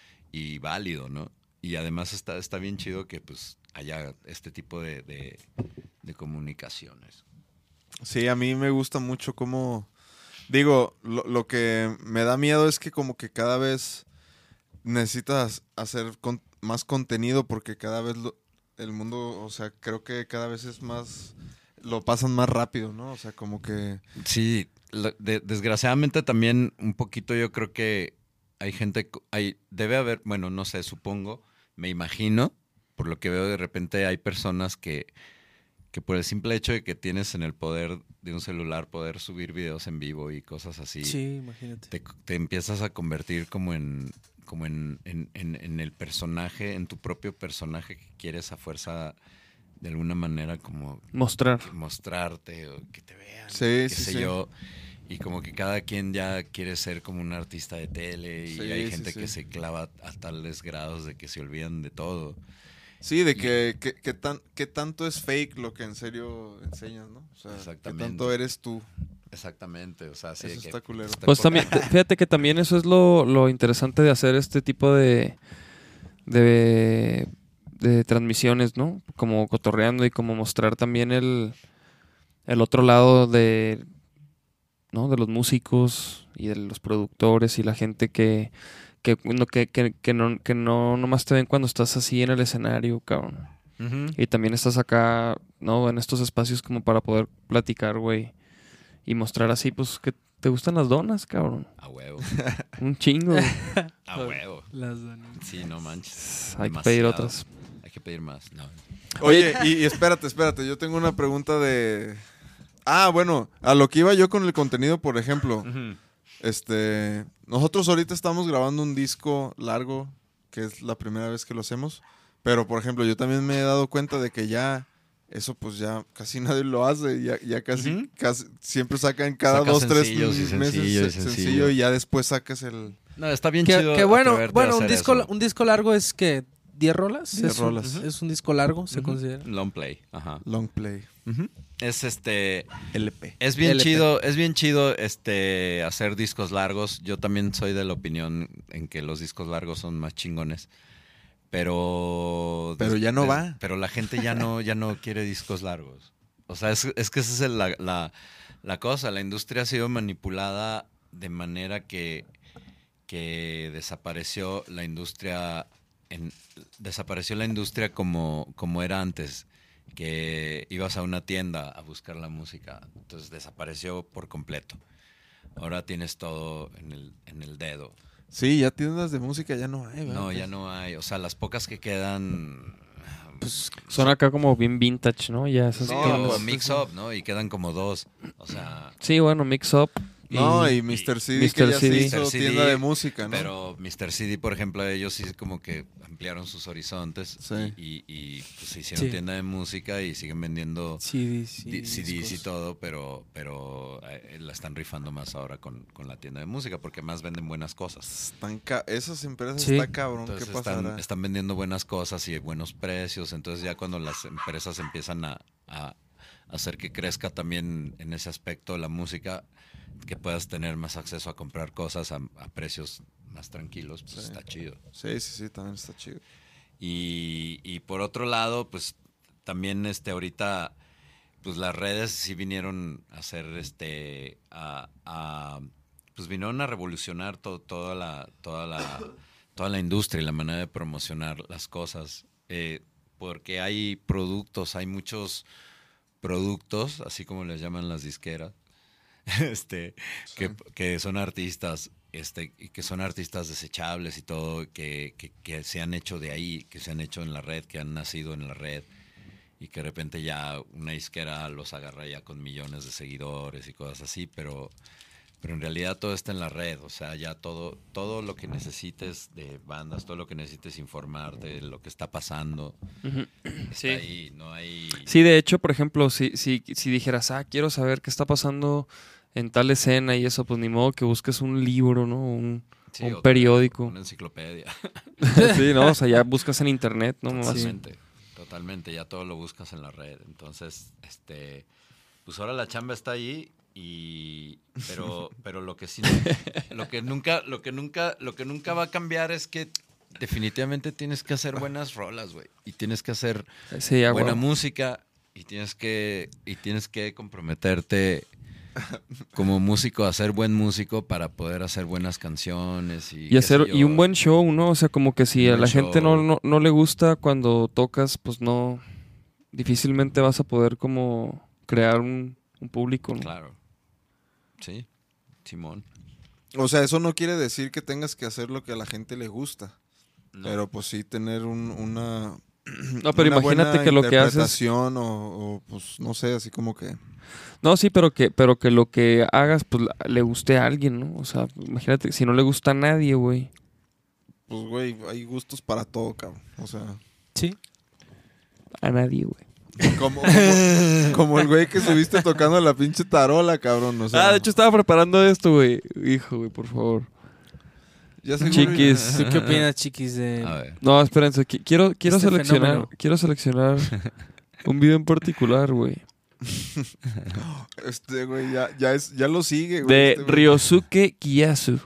y válido, ¿no? Y además está, está bien chido que pues haya este tipo de, de, de comunicaciones. Sí, a mí me gusta mucho cómo... Digo, lo, lo que me da miedo es que como que cada vez necesitas hacer con- más contenido porque cada vez lo- el mundo, o sea, creo que cada vez es más... Lo pasan más rápido, ¿no? O sea, como que... Sí, la- de- desgraciadamente también un poquito yo creo que hay gente, co- hay, debe haber, bueno, no sé, supongo, me imagino, por lo que veo de repente hay personas que, que por el simple hecho de que tienes en el poder de un celular poder subir videos en vivo y cosas así, Sí, imagínate. te, te empiezas a convertir como en como en, en, en, en el personaje, en tu propio personaje que quieres a fuerza de alguna manera como Mostrar. mostrarte o que te vean, Sí, qué sí, sé sí. yo. Y como que cada quien ya quiere ser como un artista de tele y Sí, hay sí, gente sí. que se clava a tales grados de que se olvidan de todo. Sí, de que, que, que tan, que tanto es fake lo que en serio enseñas, ¿no? O sea, que Exactamente. tanto eres tú. Exactamente, o sea, sí. Eso que- está culero. está Pues por- también, te- fíjate que también eso es lo, lo interesante de hacer este tipo de, de, de transmisiones, ¿no? Como cotorreando y como mostrar también el, el otro lado de, ¿no? De los músicos y de los productores y la gente que, que, no, que, que, que no, que no nomás te ven cuando estás así en el escenario, cabrón. Ujú. Y también estás acá, ¿no? En estos espacios como para poder platicar, güey. Y mostrar así, pues, que te gustan las donas, cabrón. A huevo, Un chingo. güey. a huevo. Las donas. Sí, no manches. Hay que pedir Demasiado. otras. Hay que pedir más. No. Oye, y, y espérate, espérate, yo tengo una pregunta de... Ah, bueno, a lo que iba yo con el contenido, por ejemplo, este, nosotros ahorita estamos grabando un disco largo, que es la primera vez que lo hacemos, pero por ejemplo, yo también me he dado cuenta de que ya, eso pues ya casi nadie lo hace, ya, ya casi, Ujú. casi, siempre sacan cada Sacas dos, tres sencillos y meses sencillo y se- sencillo. y ya después sacas el... No, está bien Que, chido. que bueno, atreverte a bueno, un hacer disco, eso. un disco largo es que diez rolas. diez es, un- rolas. es un disco largo, se Ujú. considera. Long play, ajá. Long play. Ujú. Es este... L P. Es bien L P. chido, es bien chido este hacer discos largos. Yo también soy de la opinión en que los discos largos son más chingones. Pero Pero ya no des- va. Pero la gente ya no ya no quiere discos largos. O sea, es, es que esa es el- la, la, la cosa. La industria ha sido manipulada de manera que, que desapareció la industria en, desapareció la industria como, como era antes. Que ibas a una tienda a buscar la música, entonces desapareció por completo. Ahora tienes todo en el, en el dedo. Sí, ya tiendas de música ya no hay, ¿verdad? No, ya no hay. O sea, las pocas que quedan... Pues, Son acá como bien vintage, ¿no? Ya esas Sí, No, tiendas. o pues, mix up, ¿no? Y quedan como dos. O sea, Sí, bueno, mix up. No, y mister C D mister que ya C D. se hizo mister C D, tienda de música, ¿no? pero mister C D, por ejemplo, ellos sí como que ampliaron sus horizontes Sí. y, y, y, pues, se hicieron Sí. tienda de música y siguen vendiendo C Ds, di- C Ds y discos. todo, pero, pero eh, la están rifando más ahora con, con la tienda de música porque más venden buenas cosas. Están ca- Esas empresas Sí. está cabrón. Entonces ¿Qué pasará? están, están vendiendo buenas cosas y buenos precios. Entonces ya cuando las empresas empiezan a, a hacer que crezca también en ese aspecto la música, que puedas tener más acceso a comprar cosas a, a precios más tranquilos, pues Sí. está chido. Sí, sí, sí, también está chido. Y, y por otro lado, pues también este ahorita pues las redes sí vinieron a hacer este a, a- pues vinieron a revolucionar to- toda la toda la toda la industria y la manera de promocionar las cosas, eh, porque hay productos, hay muchos productos, así como les llaman las disqueras, este que, que son artistas este y que son artistas desechables y todo que, que, que se han hecho de ahí, que se han hecho en la red, que han nacido en la red y que de repente ya una disquera los agarra ya con millones de seguidores y cosas así, pero pero en realidad todo está en la red, o sea, ya todo todo lo que necesites de bandas, todo lo que necesites informarte de lo que está pasando, Ujú. está Sí. ahí, no hay... Sí, de hecho, por ejemplo, si, si, si dijeras, ah, quiero saber qué está pasando en tal escena y eso, pues ni modo que busques un libro, ¿no? Un, Sí, un otra- periódico. Una enciclopedia. Sí, ¿no? O sea, ya buscas en internet, ¿no? Nomás. Totalmente, totalmente, ya todo lo buscas en la red. Entonces, este, pues ahora la chamba está ahí y pero pero lo que sí lo que nunca lo que nunca lo que nunca va a cambiar es que definitivamente tienes que hacer buenas rolas, güey, y tienes que hacer Sí, ya, buena güey. música y tienes que y tienes que comprometerte como músico a ser buen músico para poder hacer buenas canciones y, Y qué hacer sé yo. y un buen show, ¿no? O sea, como que si Un a buen la gente no, show. no, no le gusta cuando tocas, pues no, difícilmente vas a poder como crear un, un público, ¿no? Claro. Sí, Simón. O sea, eso no quiere decir que tengas que hacer lo que a la gente le gusta. No. Pero pues sí tener un- una... No, pero una imagínate buena que lo que haces... interpretación o, o, pues no sé, así como que... No, sí, pero que, pero que lo que hagas, pues la- le guste a alguien, ¿no? O sea, imagínate, si no le gusta a nadie, güey. Pues güey, hay gustos para todo, cabrón. O sea... Sí. A nadie, güey. Como, como, como el güey que subiste tocando la pinche tarola, cabrón. O sea, Ah, de hecho estaba preparando esto, güey. Hijo, güey, por favor. ya seguro- Chiquis. ¿Tú qué opinas, chiquis, de... A ver. No, espérense, qui- quiero, quiero Este seleccionar, fenómeno. quiero seleccionar un video en particular, güey. Este güey ya, ya, es, ya lo sigue, güey. De este güey. Ryosuke Kiyasu.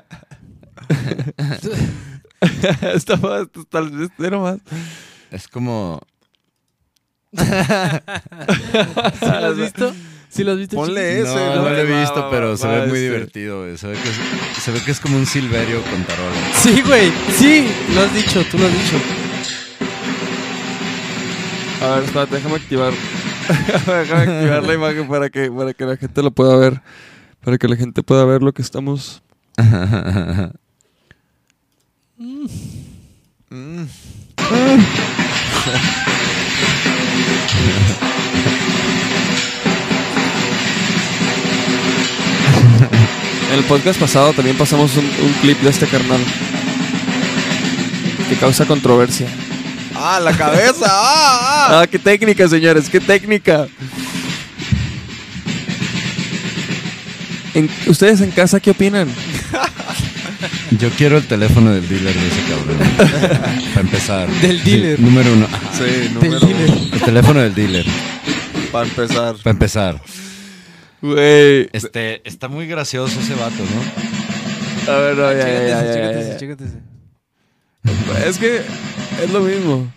Estaba hasta tal vez este nomás. Es como... ¿Sí lo has visto? ¿Sí lo has visto, Ponle chiquis? ese, no, ¿no? no lo he Va, visto, va, pero va, se va, ve muy este. divertido, güey. Se ve, que es, se ve que es como un Silverio con tarola. Sí, güey. Sí, lo has dicho, tú lo has dicho. A ver, espérate, déjame activar. déjame activar la imagen para que, para que la gente lo pueda ver. Para que la gente pueda ver lo que estamos. Mm. En el podcast pasado también pasamos un, un clip de este carnal. Que causa controversia. Ah, la cabeza. Ah, ah. Ah, qué técnica, señores, qué técnica. En- ¿Ustedes en casa qué opinan? Yo quiero el teléfono del dealer de ese cabrón. Para empezar. Del dealer. Sí, número uno. Sí, número dealer. uno. El teléfono del dealer. Para empezar. Para empezar. Güey. Este, está muy gracioso ese vato, ¿no? A ver, no, ya, ya, Chécate ya, ese, ya, chécate ya. ese, chécate ese. Es que es lo mismo.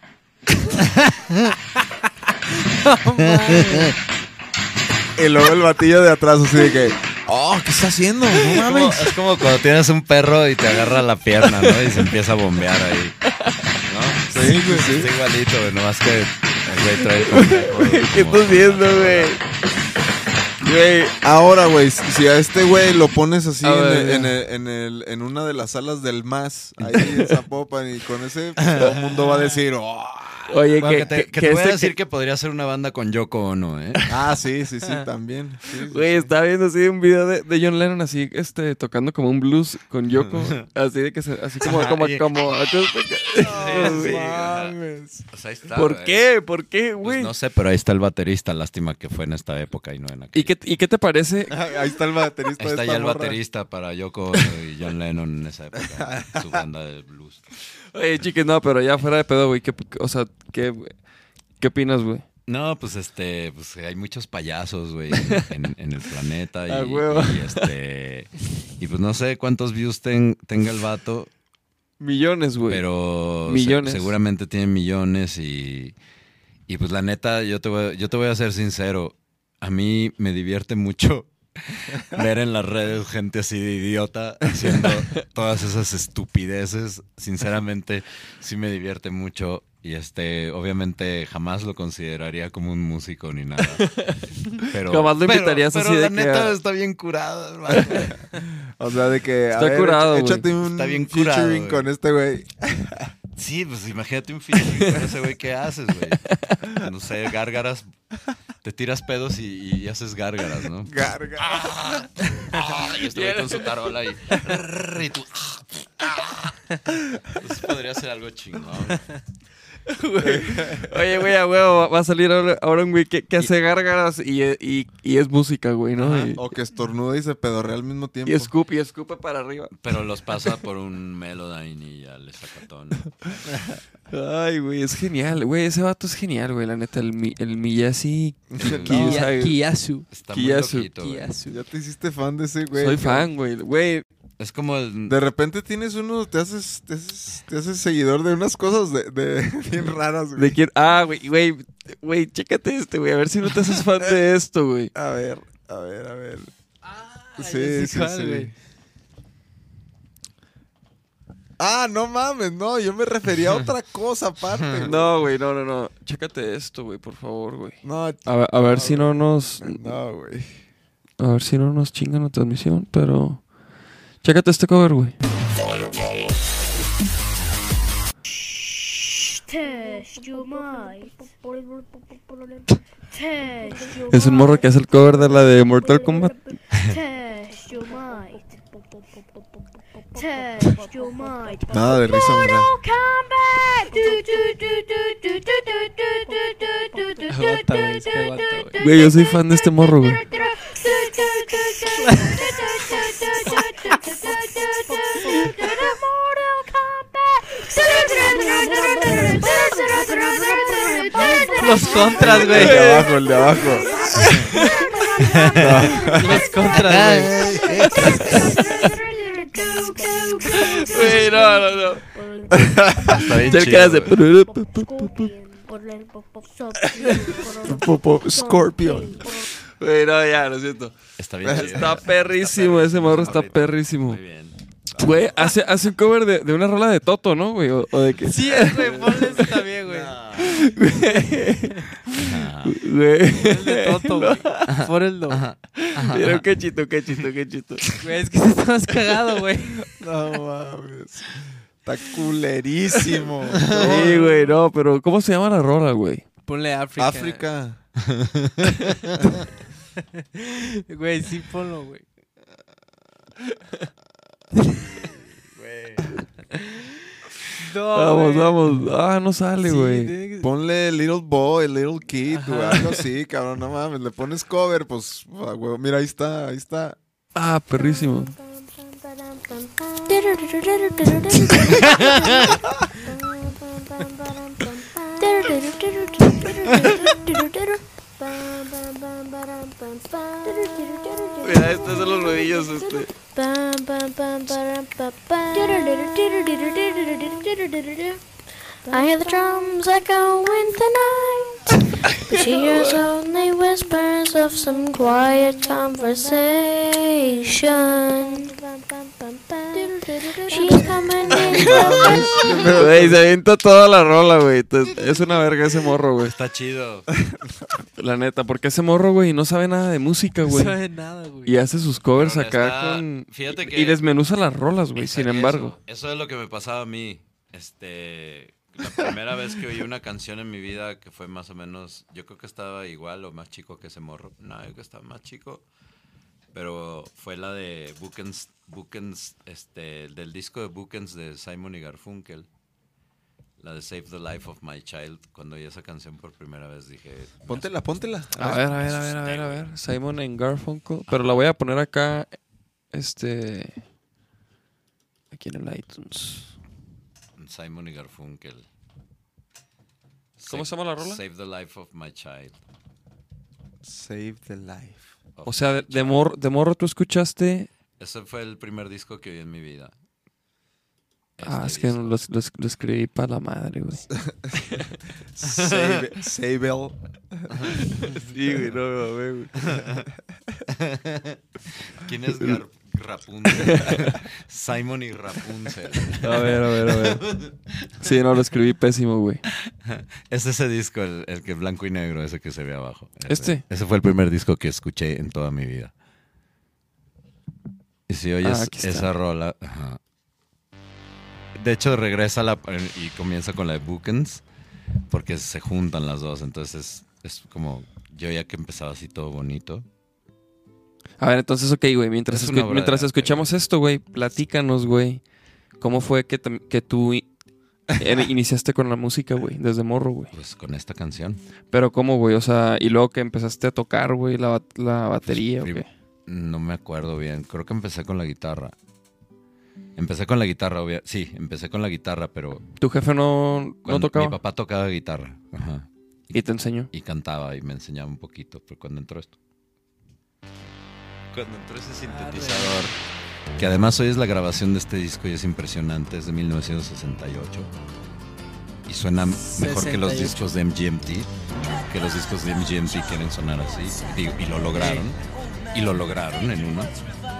Y luego el batillo de atrás así de que, oh, ¿qué está haciendo? No Es como, mames. es como cuando tienes un perro y te agarra la pierna, ¿no? Y se empieza a bombear ahí. ¿No? Sí, güey, sí. Está igualito, güey. Nomás que el güey trae el conejo, ¿Qué como- estás viendo, güey? Güey. Ahora, güey, si a este güey lo pones así A en, ver, el- ya. en, el- en, el- en una de las salas del M A S, ahí en Zapopan, y con ese, pues, todo el mundo va a decir, oh. Oye, Bueno, que, que te, que- que que te voy a este- decir que podría ser una banda con Yoko Ono, ¿eh? Ah, sí, sí, sí, también. Sí, sí, Güey, sí. estaba viendo así un video de, de John Lennon así, este, tocando como un blues con Yoko. Así de que se, así como, como, Oye. como acústica. No güey. mames. Pues ahí está, ¿Por güey. qué? ¿Por qué, Pues güey? no sé, pero ahí está el baterista. Lástima que fue en esta época y no en aquella. ¿Y qué, ¿Y qué te parece? Ahí está el baterista. Ahí de está esta ya el morra. baterista para Yoko Ono y John Lennon en esa época. Su banda de blues. Oye, chiques, no, pero ya fuera de pedo, güey. ¿qué- O sea, ¿qué, ¿qué opinas, güey? No, pues este, pues hay muchos payasos, güey, en, en el planeta y, Ah, huevo. y, este, y pues no sé cuántos views ten- tenga el vato, Millones, güey. pero se- Millones. seguramente tiene millones y, y pues la neta, yo te voy, yo te voy a ser sincero, a mí me divierte mucho ver en las redes gente así de idiota haciendo todas esas estupideces. Sinceramente, sí me divierte mucho. Y este, obviamente jamás lo consideraría como un músico ni nada. Pero, Jamás lo pero- invitarías pero así de la que neta a- está bien curado, hermano. O sea, de que. a Está ver, curado, echa- güey. Échate un Está bien curado, featuring güey. con este güey. Sí, pues imagínate un featuring con ese güey, ¿qué haces, güey? No sé, gárgaras. Te tiras pedos y, y haces gárgaras, ¿no? Garga. Ah, y este güey con su tarola y, y tú. ah, ah. Pues podría ser algo chingón. Oye, güey, a huevo, va a salir ahora, ahora un güey que, que hace gárgaras y, y, y es música, güey, ¿no? Y, O que estornuda y se pedorrea al mismo tiempo. y escupe, y escupe para arriba. Pero los pasa por un Melodyne y ya le saca tono. Ay, güey, es genial, güey, ese vato es genial, güey, la neta, el, mi- el Miyasi. Kiya- Kiya- Kiyasu. Está Kiyasu. muy loquito, güey. Kiyasu. Ya te hiciste fan de ese güey. Soy cabrón. fan, güey, güey. Es como el... De repente tienes uno, te haces, te haces, te haces seguidor de unas cosas de, de bien raras, güey. ¿De quién? Ah, güey, güey, güey, chécate este, güey, a ver si no te haces fan de esto, güey. A ver, a ver, a ver. Ah, Sí, ya sé sí, cuál, sí. güey. Ah, no mames, no, yo me refería a otra cosa aparte. güey. No, güey, no, no, no. Chécate esto, güey, por favor, güey. No, A ver, a ver si no nos. no, güey. A ver si no nos chingan la transmisión, pero. Chécate este cover, güey. Test your mind. Test your Es un morro que hace el cover de la de Mortal Kombat. Test your mind. Test your mind. Nada de risa, mira. Combat. Do, do, do, do, do, do, do, do, do, do, do, Aguanta, güey, es que aguanta, güey. Güey, yo soy fan de este morro, güey. Los contras, güey. El de abajo, el de abajo. Los contras, güey. Güey, no, no, no. Está bien Ya el que chido, hace. güey. Scorpion. Güey, no, ya, lo siento. Está bien chido. Está perrísimo, ese morro está Muy perrísimo. bien. Güey, hace, hace un cover de, de una rola de Toto, ¿no, güey? O, o de que. Sí, es, güey, ponle eso también, güey. Güey. El de Toto, güey. Por el no. Pero qué chito, qué chito, qué chito. Güey, es que se está más cagado, güey. No mames. Está culerísimo. Sí, güey, no, pero ¿cómo se llama la rola, güey? Ponle África. África. Güey, sí, ponlo, güey. No, Vamos, güey. vamos. Ah, no sale, Sí, güey. tiene que- Ponle Little Boy, Little Kid, güey, algo así, cabrón, no mames. Le pones cover, pues, ah, güey, mira, ahí está, ahí está. Ah, perrísimo. Mira, estos son los rodillos, este. I hear the drums echoing tonight, but she hears only whispers of some quiet conversation. She's coming in the Güey, se avienta toda la rola, güey. Entonces, es una verga ese morro, güey. Está chido. La neta, porque ese morro, güey, no sabe nada de música, güey. No sabe nada, güey. Y hace sus covers Pero acá está- con... fíjate que- Y desmenuza las rolas, güey, sin Eso- embargo. Eso es lo que me pasaba a mí. Este, la primera vez que oí una canción en mi vida que fue más o menos, yo creo que estaba igual o más chico que ese morro. No, yo creo que estaba más chico. Pero fue la de Bookends, Bookends, este, del disco de Bookends de Simon y Garfunkel. La de Save the Life of My Child. Cuando oí esa canción por primera vez dije... Póntela, póntela. A ver, a ver, a ver, a ver, a ver. Simon and Garfunkel. Pero la voy a poner acá, este... Aquí en el iTunes. Simon y Garfunkel. ¿Cómo se llama la rola? Save the Life of My Child. Save the life. Of O sea, de, My de, Child. mor- de morro tú escuchaste... Ese fue el primer disco que oí en mi vida. Ah, Este es que disco. lo, lo, lo escribí para la madre, güey. Save, save el. Sí, güey, no, güey. ¿Quién es Gar- Rapunzel? Simon y Rapunzel. A ver, a ver, a ver. Sí, no, lo escribí pésimo, güey. Es ese disco, el, el que es blanco y negro, ese que se ve abajo. Ese, ¿Este? Ese fue el primer disco que escuché en toda mi vida. Y si oyes Ah, aquí está. esa rola... ajá. De hecho, regresa la, y comienza con la de Bookends, porque se juntan las dos. Entonces, es como... Yo ya que empezaba así todo bonito. A ver, entonces, ok, güey. Mientras, Es escu- una obra de mientras arte, escuchamos esto, güey, platícanos, güey. ¿Cómo fue que, tam- que tú i- eh, iniciaste con la música, güey? Desde morro, güey. Pues con esta canción. Pero ¿cómo, güey? O sea, y luego que empezaste a tocar, güey, la, ba- la batería, Prim- güey. No me acuerdo bien. Creo que empecé con la guitarra. Empecé con la guitarra, obvia. Sí, empecé con la guitarra, pero... ¿Tu jefe no, no cuando- tocaba? Mi papá tocaba guitarra. Ajá. Y te enseñó. Y cantaba y me enseñaba un poquito. Pero cuando entró esto... Cuando entró ese sintetizador... Que además hoy es la grabación de este disco y es impresionante. Es de mil novecientos sesenta y ocho. Y suena mejor que los sesenta y ocho. discos de M G M T. Que los discos de M G M T quieren sonar así. Digo, y lo lograron. Y lo lograron en uno.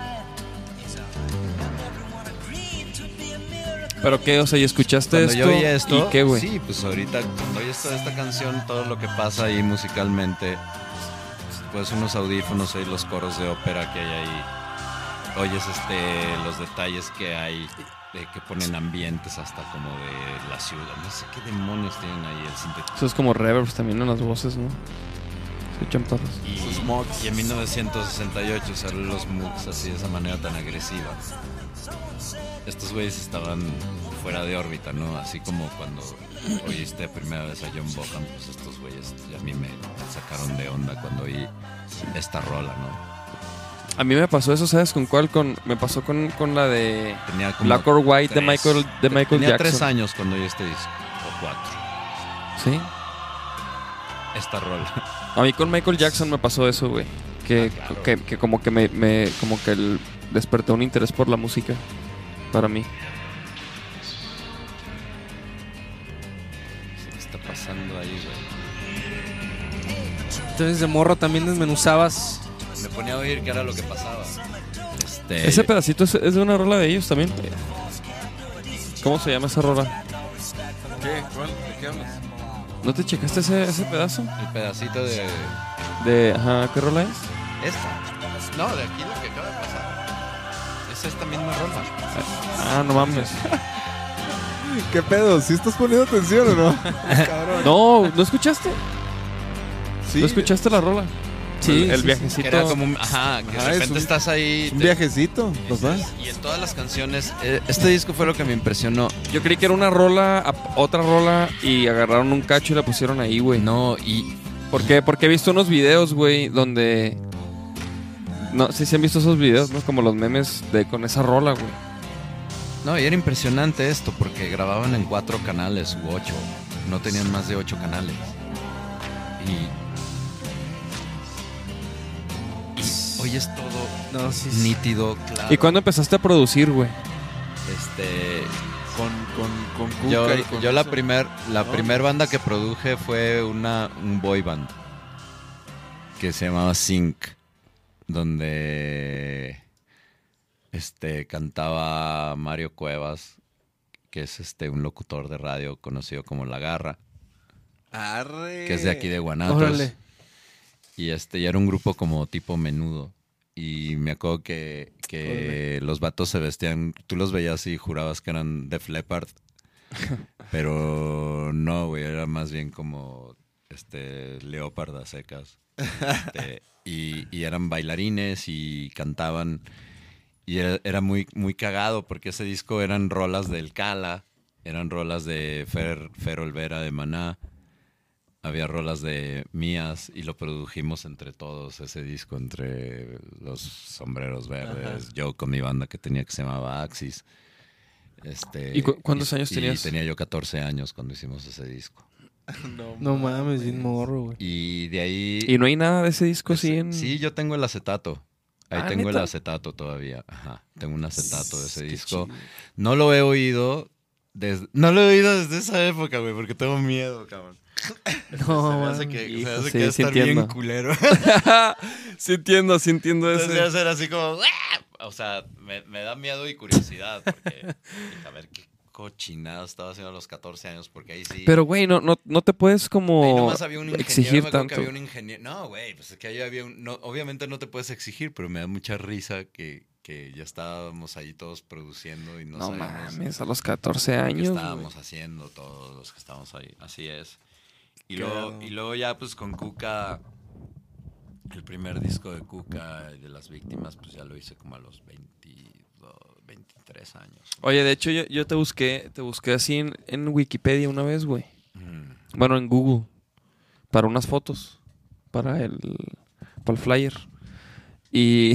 ¿Pero qué? O sea, ¿y escuchaste Cuando esto? yo oí esto, ¿Y qué, güey? sí, pues ahorita cuando oyes toda esta canción, todo lo que pasa ahí musicalmente, pues unos audífonos, oyes los coros de ópera que hay ahí, oyes este los detalles que hay, de que ponen ambientes hasta como de la ciudad, no sé qué demonios tienen ahí el sintetizador. Eso es como reverbs también en las voces, ¿no? Escuchan perros. Y, y en mil novecientos sesenta y ocho usaron los Moogs así de esa manera tan agresiva. Estos güeyes estaban fuera de órbita, ¿no? Así como cuando oíste primera vez a John Bonham, pues estos güeyes a mí me sacaron de onda cuando oí esta rola, ¿no? A mí me pasó eso, ¿sabes con cuál? Con, me pasó con, con la de Tenía como Black or White de tres- Michael, de Michael Tenía Jackson. tres años cuando oí este disco, o cuatro. Sí. Esta rola. A mí con Michael Jackson me pasó eso, güey. Que, Ah, claro. que, que como que me, me como que el, despertó un interés por la música para mí. ¿Qué está pasando ahí, güey? Entonces de morro también desmenuzabas. Me ponía a oír qué era lo que pasaba. Este, Ese pedacito es, es de una rola de ellos también. ¿Cómo se llama esa rola? ¿Qué? ¿Cuál? ¿De qué hablas? ¿No te checaste ese, ese pedazo? el pedacito de De, ajá, ¿qué rola es? esta. No, de aquí lo que acaba de pasar. Es esta misma rola. Ah, no mames. ¿Qué pedo? ¿Sí estás poniendo atención o no? Cabrón. No, ¿no escuchaste? Sí. ¿No escuchaste la rola? Sí, el, el sí, viajecito. Que era como un, ajá, que Ajá, de es repente un- estás ahí. Un te- viajecito, papá. Y en todas las canciones, eh, este disco fue lo que me impresionó. Yo creí que era una rola, ap- otra rola, y agarraron un cacho y la pusieron ahí, güey. No, y ¿Por qué? Porque he visto unos videos, güey, donde... No, sí se han visto esos videos, ¿no? Como los memes de con esa rola, güey. No, y era impresionante esto porque grababan en cuatro canales u ocho. No tenían más de ocho canales. Y, y hoy es todo No, sí, sí. nítido, claro. ¿Y cuándo empezaste a producir, güey? Este, Con, con, con Cuca yo, y con yo la eso. primer, la ¿No? primer banda que produje fue una un boy band que se llamaba Sync, donde este cantaba Mario Cuevas, que es este un locutor de radio conocido como La Garra, Arre. que es de aquí de Guanatos. Órale. Y este, ya era un grupo como tipo Menudo. Y me acuerdo que, que los vatos se vestían, tú los veías y jurabas que eran Def Leppard. Pero no, güey, era más bien como este Leopard a secas. Este, y, y eran bailarines y cantaban. Y era, era muy, muy cagado porque ese disco eran rolas del Cala, eran rolas de Fer, Fer Olvera de Maná. Había rolas de mías y lo produjimos entre todos, ese disco, entre los Sombreros Verdes, Ajá. yo con mi banda que tenía que se llamaba Axis. Este, ¿Y cu cuántos y, años y tenías? Tenía yo catorce años cuando hicimos ese disco. No, No mames, bien morro, güey. Y de ahí... ¿Y no hay nada de ese disco ese, así en...? Sí, yo tengo el acetato. Ahí Ah, tengo ¿neta? el acetato todavía. Ajá, tengo un acetato de ese Qué disco. chido. No lo he oído desde... No lo he oído desde esa época, güey, porque tengo miedo, cabrón. No, se me hace mames. que, hijo, se me hace sí, que va a sí estar bien entiendo. culero. Sí entiendo, sí entiendo Entonces ese. debe ser así como... ¡ah! O sea, me, me da miedo y curiosidad. Porque, a ver qué cochinada estaba haciendo a los catorce años. Porque ahí sí... Pero, güey, no, no, no te puedes ahí como nomás había un ingeniero. exigir me acuerdo tanto. que había un ingeniero. No, güey, pues es que ahí había un... No, obviamente no te puedes exigir, pero me da mucha risa que, que ya estábamos ahí todos produciendo y no, No sabíamos mames, a los catorce qué años. estábamos güey. haciendo todos los que estábamos ahí. Así es. Y Claro. luego, y luego ya pues con Cuca, el primer disco de Cuca de Las Víctimas, pues ya lo hice como a los veintidós, veintitrés años. Oye, de hecho, yo, yo te busqué, te busqué así en, en Wikipedia una vez, güey. Mm. Bueno, en Google. Para unas fotos. Para el, para el flyer. Y,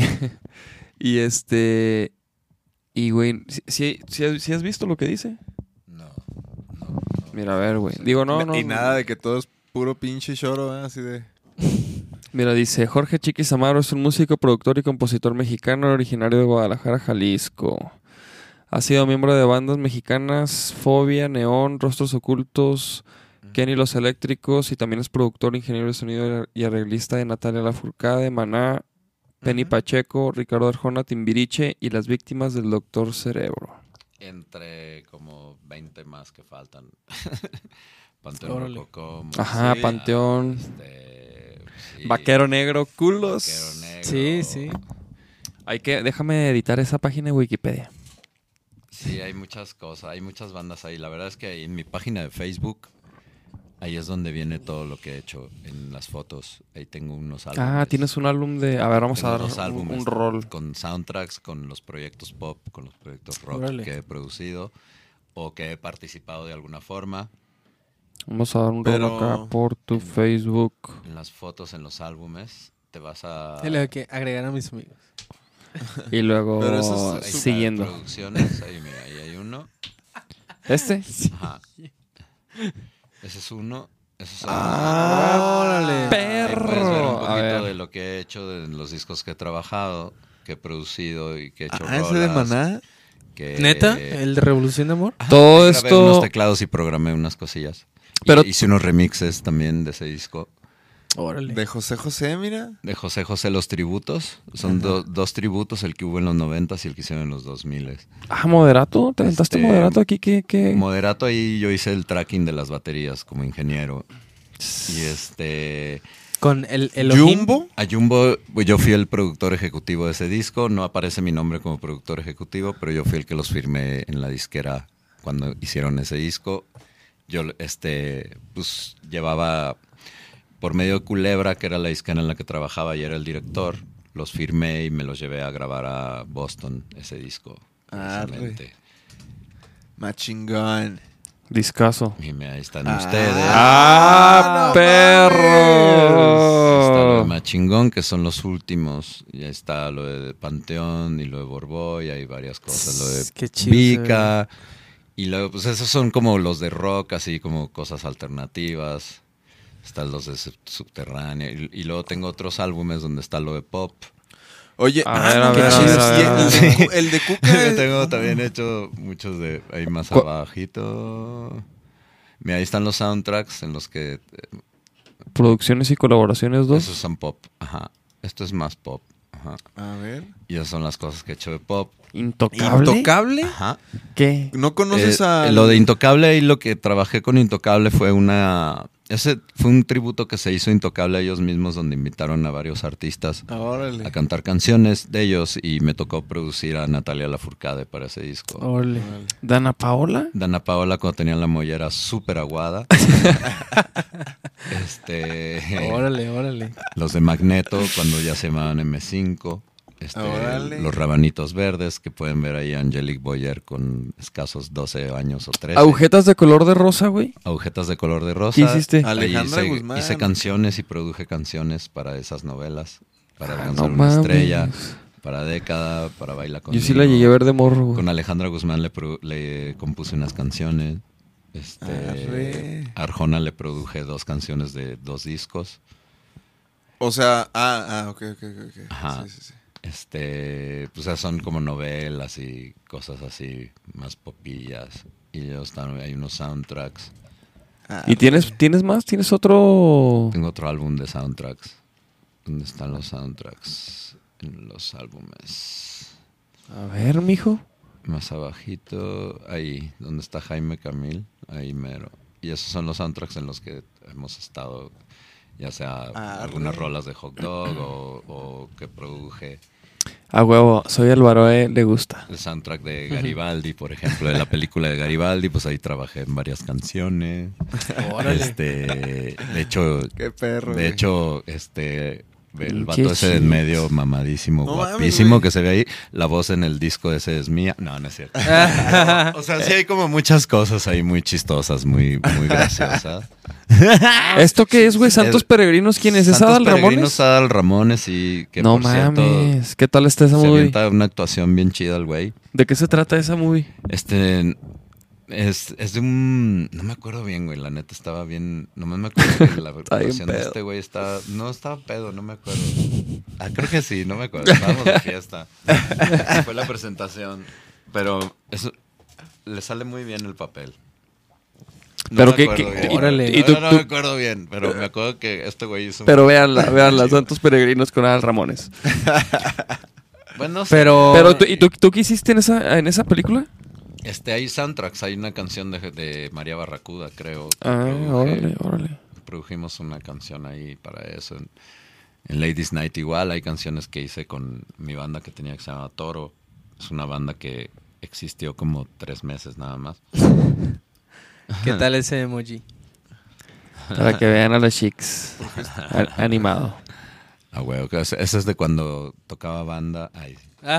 y este... Y, güey, ¿sí, sí, sí has visto lo que dice? No, no, no. Mira, a ver, güey. Digo, no, no. Y no. nada de que todo es puro pinche choro, ¿eh? Así de... Mira, dice, Jorge Chiquis Amaro es un músico, productor y compositor mexicano originario de Guadalajara, Jalisco. Ha sido miembro de bandas mexicanas Fobia, Neón, Rostros Ocultos, Kenny Los Eléctricos, y también es productor, ingeniero de sonido y arreglista de Natalia Lafourcade, Maná, Penny Ujú. Pacheco, Ricardo Arjona, Timbiriche y Las Víctimas del Doctor Cerebro. Entre como veinte más que faltan. Panteón Órale. Rococó. Ajá, sí, Panteón. Este, sí, Vaquero Negro, culos. Vaquero Negro. Sí, sí. Hay que, déjame editar esa página de Wikipedia. Sí, hay muchas cosas, hay muchas bandas ahí. La verdad es que en mi página de Facebook, ahí es donde viene todo lo que he hecho en las fotos. Ahí tengo unos álbumes. Ah, tienes un álbum de... A ver, vamos Tengo a dos dar un, álbumes un rol. con soundtracks, con los proyectos pop, con los proyectos rock Órale. que he producido o que he participado de alguna forma. Vamos a dar un rol Pero- acá por tu Facebook. En las fotos, en los álbumes, te vas a... Sí, le hay que agregar a mis amigos. Y luego Pero eso ahí es- está, siguiendo. Producciones, ahí mira, ahí hay uno. ¿Este? Ajá. Ese es uno. Ese es Ah, órale. Ahí puedes ver un perro. A poquito ver. de lo que he hecho, de los discos que he trabajado, que he producido y que he hecho Ah, ese de rolas, Maná. que- ¿Neta? ¿El de Revolución de Amor? Todo Grabé esto... unos teclados y programé unas cosillas. Pero- Y hice unos remixes también de ese disco. Órale. De José José, mira. De José José Los Tributos. Son do- dos tributos, el que hubo en los noventas y el que hicieron en los dos miles. Ah, Moderato. ¿Te aventaste Este, Moderato aquí? ¿Qué? qué? Moderato ahí yo hice el tracking de las baterías como ingeniero. Y este... Con el Elohim. Jumbo. A Jumbo, pues, yo fui el productor ejecutivo de ese disco. No aparece mi nombre como productor ejecutivo, pero yo fui el que los firmé en la disquera cuando hicieron ese disco. Yo este, pues, llevaba por medio de Culebra, que era la disquera en la que trabajaba y era el director. Los firmé y me los llevé a grabar a Boston, ese disco. Arre. precisamente. Machingón. Discaso. Y me- ahí están Ah. ustedes. ¡Ah, no perro! Está lo de chingón, que son los últimos. Y ahí está lo de Panteón y lo de Borboy, hay varias cosas. Lo de Qué chido, Vika. Y luego, pues esos son como los de rock, así como cosas alternativas. Están los de Subterránea. Y, y luego tengo otros álbumes donde está lo de pop. Oye, A ah, ver, a qué ver, a chido. ver, a Y ver. el de Cu- el de Cuca. Yo tengo también hecho muchos de ahí más ¿Cu- abajito. Mira, ahí están los soundtracks en los que... eh, Producciones y colaboraciones dos. Esos son pop. Ajá. Esto es más pop. Ajá. A ver. Y esas son las cosas que he hecho de pop. Intocable. ¿Intocable? Ajá. ¿Qué? ¿No conoces Eh, a...? Lo de Intocable y lo que trabajé con Intocable fue una... Ese fue un tributo que se hizo Intocable a ellos mismos, donde invitaron a varios artistas Órale. a cantar canciones de ellos y me tocó producir a Natalia Lafourcade para ese disco. Órale. Órale. ¿Dana Paola? Dana Paola cuando tenía la mollera súper aguada. este, Órale, órale. los de Magneto cuando ya se llamaban eme cinco. Este, Órale. los Rabanitos Verdes, que pueden ver ahí a Angelique Boyer con escasos doce años o trece. Agujetas de color de rosa, güey. Agujetas de color de rosa. ¿Qué hiciste? Ahí Alejandra hice, Guzmán. hice canciones y produje canciones para esas novelas. Para Ah, Alcanzar no una mames. estrella, para Década, para Baila Yo Conmigo. sí la llegué a ver de morro, güey. Con Alejandra Guzmán le, pro- le compuse unas canciones. Este, Arre. Arjona le produje dos canciones de dos discos. O sea, ah, ah, ok, ok, ok. ok. Ajá. Sí, sí, sí. Este, pues o sea, son como novelas y cosas así, más popillas. Y ellos están, hay unos soundtracks. Ah, ¿Y tienes, tienes más? ¿Tienes otro? Tengo otro álbum de soundtracks. ¿Dónde están los soundtracks? En los álbumes. A ver, mijo. Más abajito, ahí, donde está Jaime Camil, ahí mero. Y esos son los soundtracks en los que hemos estado, ya sea Arre. algunas rolas de Hot Dog o, o que produje A huevo, soy Álvaro, eh, le gusta. el soundtrack de Garibaldi, por ejemplo, de la película de Garibaldi, pues ahí trabajé en varias canciones. Este, de hecho, Qué perro. de güey. hecho, este, el Pinche vato ese de en chis. medio, mamadísimo, No mames, guapísimo, güey. que se ve ahí. La voz en el disco ese es mía. No, no es cierto. O sea, sí hay como muchas cosas ahí muy chistosas, muy, muy graciosas. ¿Esto qué es, güey? ¿Santos Es- Peregrinos? ¿Quién es? ¿Es Santos Adal Peregrinos, Ramones? Adal Ramones y que No por cierto, mames. ¿Qué tal está esa se movie? avienta una actuación bien chida el güey. ¿De qué se trata esa movie? Este es, es de un no me acuerdo bien, güey, la neta estaba bien, nomás me acuerdo que la Está bien actuación de pedo. este güey está no estaba pedo, no me acuerdo. Ah, creo que sí, no me acuerdo. Estábamos de fiesta. Fue la presentación, pero eso le sale muy bien el papel. No Pero me que- acuerdo que- bien. y- Órale. y No, tú- no, no tú- me acuerdo bien, pero me acuerdo que este güey hizo un- Pero véanla, véanla, Santos Peregrinos con Adal Ramones. Bueno, no sé. Pero, Pero, ¿tú- ¿y tú, tú qué hiciste en esa, en esa película? Este, hay soundtracks, hay una canción de, de María Barracuda, creo. que Ah, produje. órale, órale. Produjimos una canción ahí para eso. En, en Ladies Night igual hay canciones que hice con mi banda que tenía que se llama Toro. Es una banda que existió como tres meses nada más. ¿qué tal ese emoji? Para que vean a los chicks. A- animado. Ah, güey, que ese, ese es de cuando tocaba banda. Ay,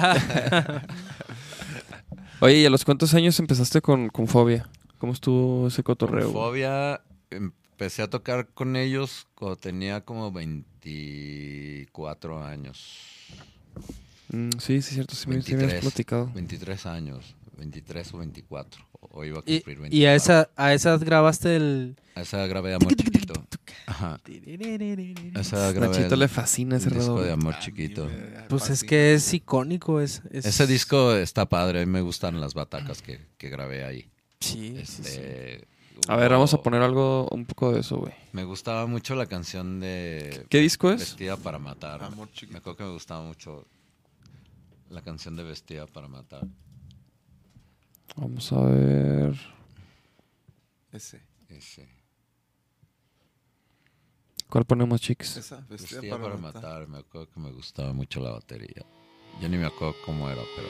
Oye, ¿y a los cuántos años empezaste con, con Fobia? ¿Cómo estuvo ese cotorreo? güey? Fobia, empecé a tocar con ellos cuando tenía como veinticuatro años. Mm, sí, sí, es cierto. Sí, me, sí me habías platicado. veintitrés años, veintitrés o veinticuatro. O iba a Y, cumplir veinticuatro. y a esa a esas grabaste el A esa grabé Amor Chiquito. Ajá. A esa grabé Nachito el- le fascina ese un disco de redoble. Amor Chiquito. pues es que es icónico es, es- Ese disco está padre, a mí me gustan las batacas que, que grabé ahí. sí, sí, sí. Este, A ver, hubo- vamos a poner algo, un poco de eso, güey. Me gustaba mucho la canción de ¿Qué disco es? Vestida para Matar. Amor Chiquito. Me acuerdo que me gustaba mucho la canción de Vestida para Matar. Vamos a ver. Ese. Ese. ¿Cuál ponemos, chicos? Esa. Vestida Vestida para, matar. Me acuerdo que me gustaba mucho la batería. Ya ni me acuerdo cómo era, pero...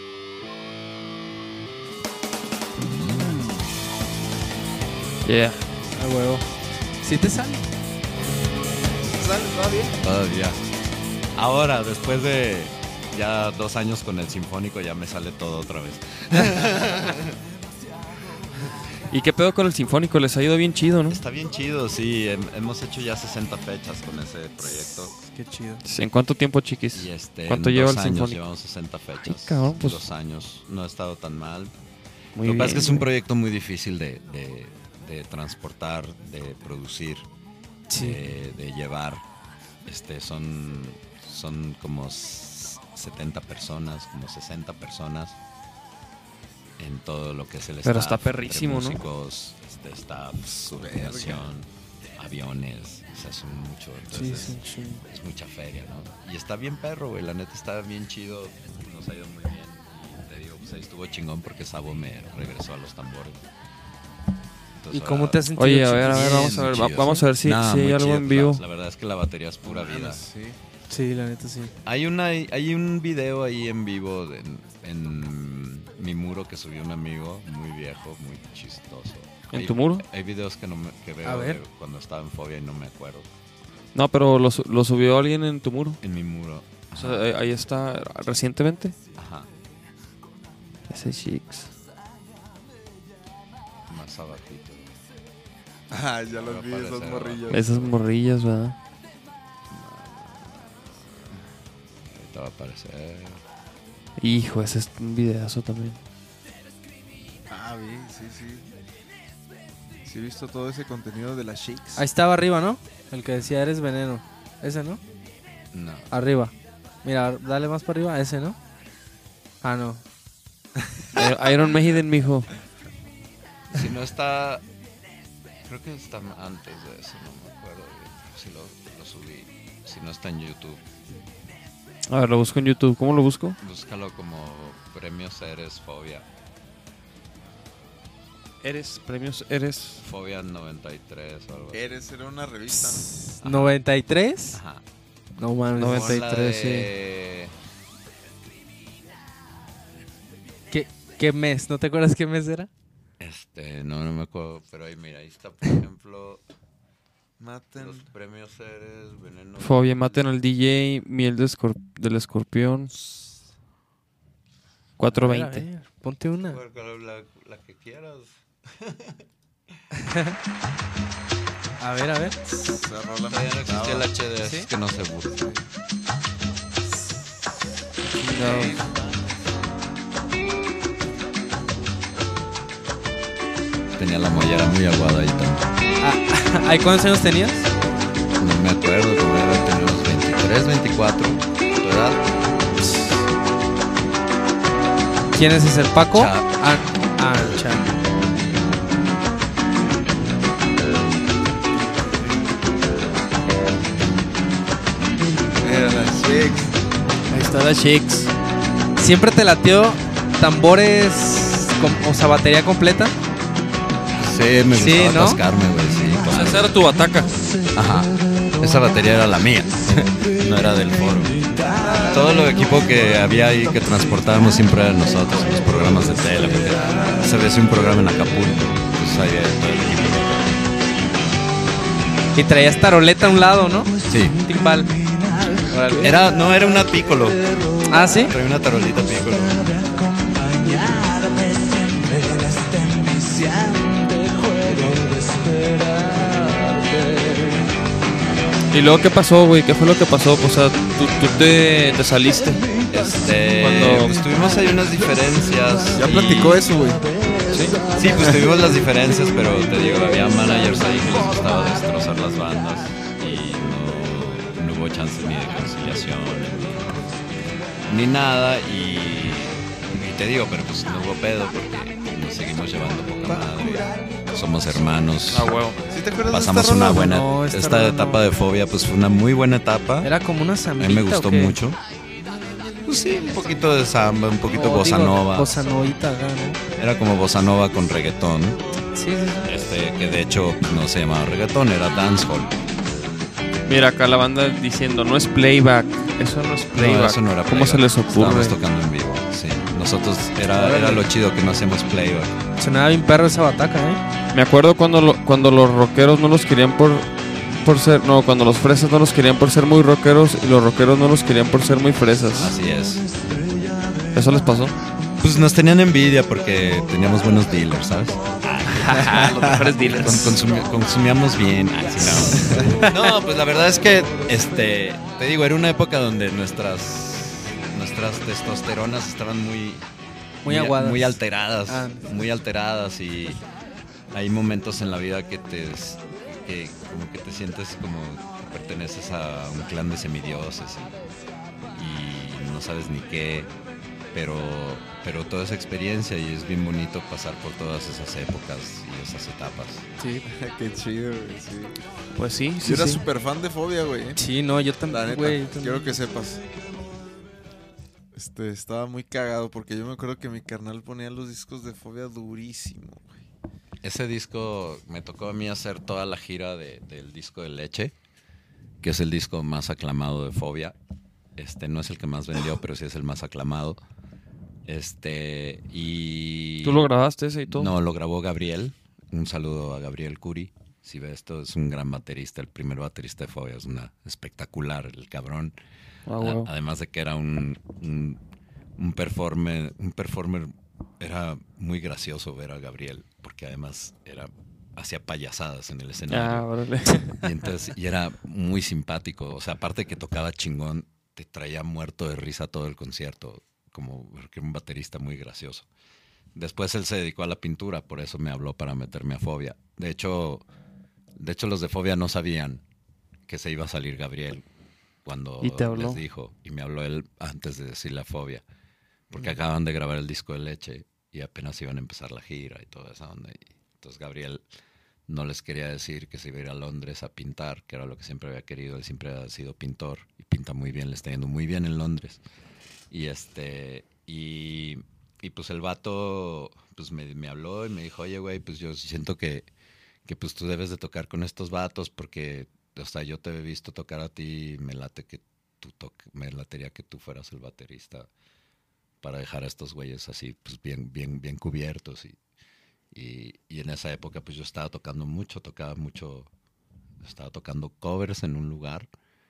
Yeah. A huevo. ¿Sí te sale? ¿Sale todavía? Todavía. Ahora, después de ya dos años con el Sinfónico, ya me sale todo otra vez. ¿Y qué pedo con el Sinfónico? Les ha ido bien chido, ¿no? Está bien chido, sí. Hem- hemos hecho ya sesenta fechas con ese proyecto. Qué chido. ¿En cuánto tiempo, chiquis? Y este, ¿Cuánto en lleva dos el años Sinfónico? llevamos sesenta fechas. Ay, cabrón, pues. Dos años. No ha estado tan mal. Muy Lo que bien. pasa es que es un güey. proyecto muy difícil de, de- de transportar, de producir, Sí. de, de llevar. Este, son, son como s- setenta personas, como sesenta personas en todo lo que es el Pero staff, está perrísimo, entre ¿no? músicos, este, staff, coordinación, aviones, o sea, son mucho. Sí, Entonces, sí, sí. es mucha feria, ¿no? Y está bien perro, güey. La neta está bien chido. Nos ha ido muy bien. Y te digo, pues ahí estuvo chingón porque Sabo me regresó a los tambores. Entonces, ¿Y cómo ahora- te has sentido? Oye, a ver, a chiquis? ver, vamos a ver. Bien, va- chido, vamos sí. a ver si, Nah, si hay muy algo chido, en vivo. La, la verdad es que la batería es pura vida. Sí. Sí, la neta sí. Hay una hay un video ahí en vivo de- en, en mi muro que subió un amigo muy viejo, muy chistoso. ¿En Hay- tu muro? Hay videos que, no me, que A veo ver. de cuando estaba en Fobia y no me acuerdo. No, pero lo, su- lo subió alguien en tu muro. En mi muro. O sea, ahí- ahí está recientemente. Ajá. Ese Chicks. Más abajito. Ah, ya los Va a vi, esos aparecer, morrillos. Esas morrillas, ¿verdad? Ahorita va a aparecer. Hijo, ese es un videazo también. Ah, vi, sí, sí. Sí he visto todo ese contenido de las chicas. Ahí estaba arriba, ¿no? El que decía eres veneno. Ese, ¿no? No. Arriba. Mira, dale más para arriba. Ese, ¿no? Ah, no. Iron Maiden, mijo. Si no está. Creo que está antes de eso, no me acuerdo bien. Si lo, lo subí. Si no está en YouTube. A ver, lo busco en YouTube. ¿Cómo lo busco? Búscalo como Premios Eres Fobia. Eres, premios, eres. Fobia noventa y tres o algo así. Eres, era una revista, ¿no? ¿noventa y tres? Ajá. No mames. Noventa. Pon la noventa y tres, de- ¿Qué, ¿Qué mes? ¿No te acuerdas qué mes era? Este, no, no me acuerdo. Pero ahí, mira, ahí está, por ejemplo, Maten. los premios Eres, Veneno. Fobia, maten al D J, miel de escor- del escorpión. cuatro A ver, a veinte. ver, ponte una. La, la que quieras. A ver, a ver. Esa rola me Todavía no existía el gustaba. H D, ¿Sí? es que no se busca. Tenía la mollera muy aguada ahí también. ¿Ahí cuántos años tenías? No me acuerdo, como era, tenía unos veintitrés, veinticuatro. ¿Tu edad? ¿Quién es ese? ¿El Paco? Cha. Ah, ah, Cha. Era las chicas. Ahí está la Chicks. ¿Siempre te latió tambores, com- o sea, batería completa? Sí, me Sí, gustaba ¿no? atascarme, güey, sí. O sea, como- esa era tu bataca. Ajá. Esa batería era la mía, no era del foro. Todo el equipo que había ahí que transportábamos siempre era nosotros, en los programas de tele, porque se ve un programa en Acapulco, pues ahí era todo el equipo. Y traías taroleta a un lado, ¿no? Sí, Timbal. Órale. era, no, era una Piccolo, Ah, ¿sí? traía una tarolita Piccolo. ¿Y luego qué pasó, güey? ¿Qué fue lo que pasó? O sea, tú, tú te, te saliste. Este, Cuando- pues tuvimos ahí unas diferencias. Ya y- platicó eso, güey. Sí, pues tuvimos las diferencias, pero te digo, había managers ahí que les gustaba destrozar las bandas y no, no hubo chance ni de conciliación ni, ni nada y, y te digo, pero pues no hubo pedo porque nos seguimos llevando poca madre, somos hermanos. Ah, huevo. ¿Sí te acuerdas Pasamos de esta una rola? buena, No, esta esta rola etapa no. de Fobia pues fue una muy buena etapa, Era como una a zambita. mí me gustó ¿o qué? mucho. Pues sí, un poquito de samba, un poquito O bossa digo, nova. Bossa novita, acá, ¿no? Era como bossa nova con reggaetón. Sí, sí, sí. Este, que de hecho no se llamaba reggaetón, era dancehall. Mira, acá la banda diciendo, no es playback. Eso no es playback. No, eso no era ¿Cómo playback. se les ocurre? Estábamos tocando en vivo, sí. Nosotros, era, era lo chido que no hacíamos playback. Sonaba bien perro esa bataca, ¿eh? Me acuerdo cuando, lo- cuando los rockeros no los querían por, por ser... No, cuando los fresas no los querían por ser muy rockeros y los rockeros no los querían por ser muy fresas. Así es. ¿Eso les pasó? Pues nos tenían envidia porque teníamos buenos dealers, ¿sabes? Los mejores dealers. Con- consumi- consumíamos bien. Ah, sí, no. No, pues la verdad es que, este, te digo, era una época donde nuestras, nuestras testosteronas estaban muy, Muy aguadas. muy alteradas, Ah. muy alteradas y hay momentos en la vida que te, que como que te sientes como que perteneces a un clan de semidioses y, y no sabes ni qué. Pero, pero toda esa experiencia y es bien bonito pasar por todas esas épocas y esas etapas. Sí, Qué chido, güey, sí. pues sí, sí, Yo era sí. súper fan de Fobia, güey. ¿eh? Sí, no, yo La también, neta, güey. yo también. quiero que sepas. Este, estaba muy cagado porque yo me acuerdo que mi carnal ponía los discos de Fobia durísimo, güey. Ese disco me tocó a mí hacer toda la gira de- del disco de Leche, que es el disco más aclamado de Fobia. Este no es el que más vendió, pero sí es el más aclamado. Este y ¿Tú lo grabaste ese y todo? No, lo grabó Gabriel. Un saludo a Gabriel Curi. Si ve esto, es un gran baterista, el primer baterista de Fobia, es una espectacular el cabrón. Ah, wow. A- además de que era un, un, un performer, un performer, era muy gracioso ver a Gabriel, porque además era hacía payasadas en el Ah, escenario. órale. Y entonces, y era muy simpático. O sea, aparte de que tocaba chingón, te traía muerto de risa todo el concierto, como porque era un baterista muy gracioso. Después él se dedicó a la pintura, por eso me habló para meterme a Fobia. De hecho, de hecho los de Fobia no sabían que se iba a salir Gabriel cuando ¿Y te habló? les dijo. Y me habló él antes de decirle a Fobia, porque acaban de grabar el disco de Leche y apenas iban a empezar la gira y toda esa onda. Y entonces Gabriel no les quería decir que se iba a ir a Londres a pintar, que era lo que siempre había querido. Él siempre ha sido pintor y pinta muy bien, le está yendo muy bien en Londres. Y este y, y pues el vato pues me, me habló y me dijo, oye, güey, pues yo siento que, que pues tú debes de tocar con estos vatos porque, o sea, yo te he visto tocar a ti y me late que tú toque, me latería que tú fueras el baterista para dejar a estos güeyes así, pues bien, bien, bien cubiertos. Y, y, y en esa época pues yo estaba tocando mucho, tocaba mucho, estaba tocando covers en un lugar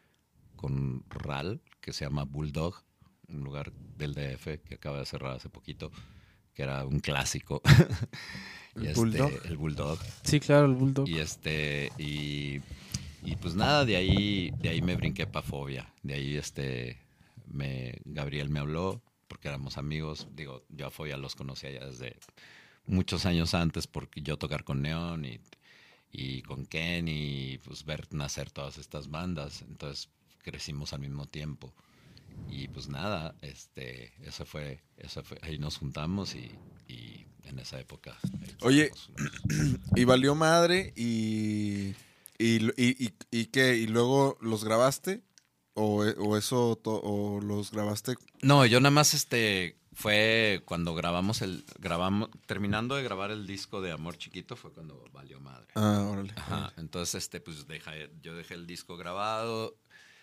con Ral, que se llama Bulldog, un lugar del D F que acaba de cerrar hace poquito, que era un clásico. ¿El Y este, Bulldog? El Bulldog. Sí, claro, el Bulldog. Y este, y, y pues nada, de ahí, de ahí me brinqué pa' Fobia. De ahí este me, Gabriel me habló, porque éramos amigos. Digo, yo a Fobia los conocía ya desde muchos años antes, porque yo tocar con Neon y, y con Ken y pues ver nacer todas estas bandas. Entonces crecimos al mismo tiempo. Y pues nada, este, eso fue, eso fue, ahí nos juntamos y, y en esa época. Oye, estábamos- y valió madre y... ¿Y, y, y, y qué? ¿Y luego los grabaste? ¿O, o eso, to- o los grabaste? No, yo nada más este fue cuando grabamos el grabamos terminando de grabar el disco de Amor Chiquito fue cuando valió madre. Ah, órale. Ajá, entonces este pues deja, yo dejé el disco grabado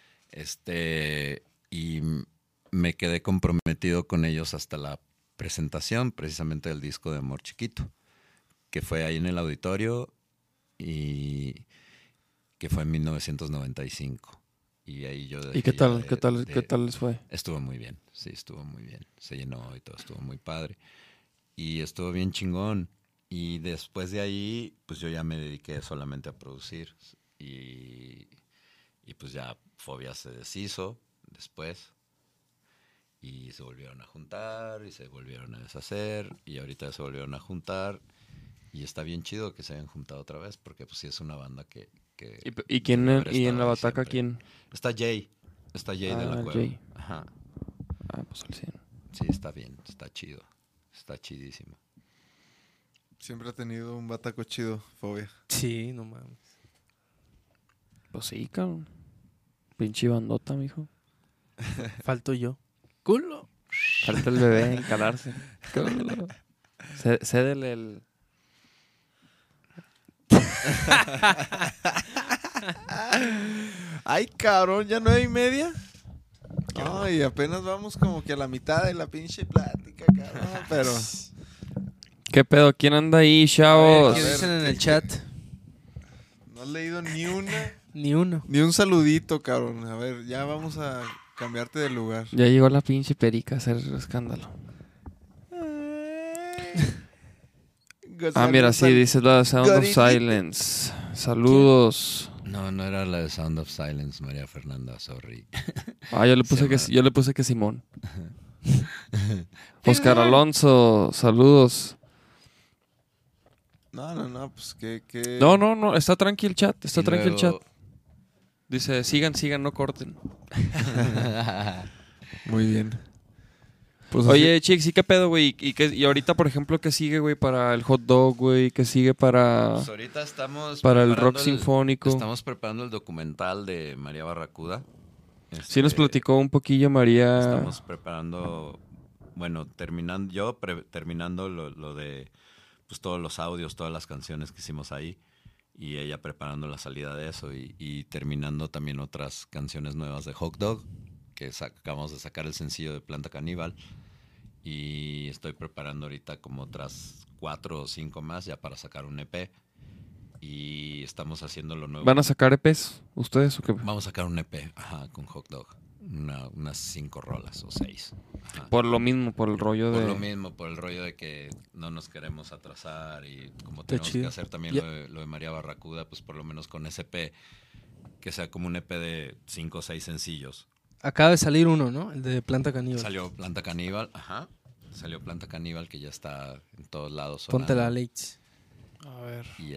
este y me quedé comprometido con ellos hasta la presentación precisamente del disco de Amor Chiquito, que fue ahí en el auditorio y que fue en mil novecientos noventa y cinco. Y ahí yo dejé ¿Y qué ya tal, de- qué tal, de- qué tal les fue? Estuvo muy bien, sí, estuvo muy bien. Se llenó y todo estuvo muy padre. Y estuvo bien chingón. Y después de ahí, pues yo ya me dediqué solamente a producir. Y, y pues ya Fobia se deshizo después. Y se volvieron a juntar y se volvieron a deshacer. Y ahorita se volvieron a juntar. Y está bien chido que se hayan juntado otra vez, porque pues sí es una banda que... que ¿Y, y quién debe haber y en estado la ahí bataca siempre. quién? Está Jay. Está Jay de Ah, la Cueva. Jay. Ajá. Ah, pues al cien. Sí, está bien, está chido. Está chidísimo. Siempre ha tenido un bataco chido, Fobia. Sí, no mames. Pues sí, cabrón. Pinche bandota, mijo. Falto yo. ¡Culo! Falta el bebé encalarse. Culo. Cé- Cédele el... Ay, cabrón, ¿ya nueve y media? Ay, apenas vamos como que a la mitad de la pinche plática, cabrón. Pero ¿Qué pedo? ¿Quién anda ahí, ¿Qué chavos? ver, dicen en ¿qué- el chat? no he leído ni una, Ni uno. ni un saludito, cabrón. A ver, ya vamos a cambiarte de lugar. Ya llegó la pinche perica a hacer escándalo. Ah, mira, sí, dice la Sound of Silence. Saludos. No, no era la de Sound of Silence, María Fernanda, sorry. Ah, yo le puse, que, yo le puse que Simón. Oscar Alonso, saludos. No, no, no, pues que... que... No, no, no, está tranquilo el chat, está Y tranquilo el chat. luego- Dice, sigan, sigan, no corten. Muy bien. Pues Oye, Chicks, ¿y qué pedo, güey? ¿Y, qué- y ahorita, por ejemplo, qué sigue, güey, para el hot dog, güey? ¿Qué sigue para, Pues ahorita estamos para el preparando rock sinfónico? Estamos preparando el documental de María Barracuda. Sí nos Este, platicó un poquillo María. Estamos preparando, bueno, terminando, yo pre- terminando lo, lo de pues todos los audios, todas las canciones que hicimos ahí, y ella preparando la salida de eso, y, y terminando también otras canciones nuevas de Hot Dog, que sa- acabamos de sacar el sencillo de Planta Caníbal, y estoy preparando ahorita como otras cuatro o cinco más ya para sacar un E P, y estamos haciendo lo nuevo. ¿Van a sacar E Pes ustedes o qué? Vamos a sacar un E P, ajá, con Hot Dog. Una- unas cinco rolas o seis. Ajá. Por lo mismo, por el rollo Por de... lo mismo, por el rollo de que no nos queremos atrasar y como Qué tenemos que chido. hacer también Ya- lo, de, lo de María Barracuda, pues por lo menos con ese E P, que sea como un E P de cinco o seis sencillos. Acaba de salir uno, ¿no? El de Planta Caníbal. Salió Planta Caníbal, ajá. Salió Planta Caníbal, que ya está en todos lados. Ponte la sonando. Leitz. A ver. Y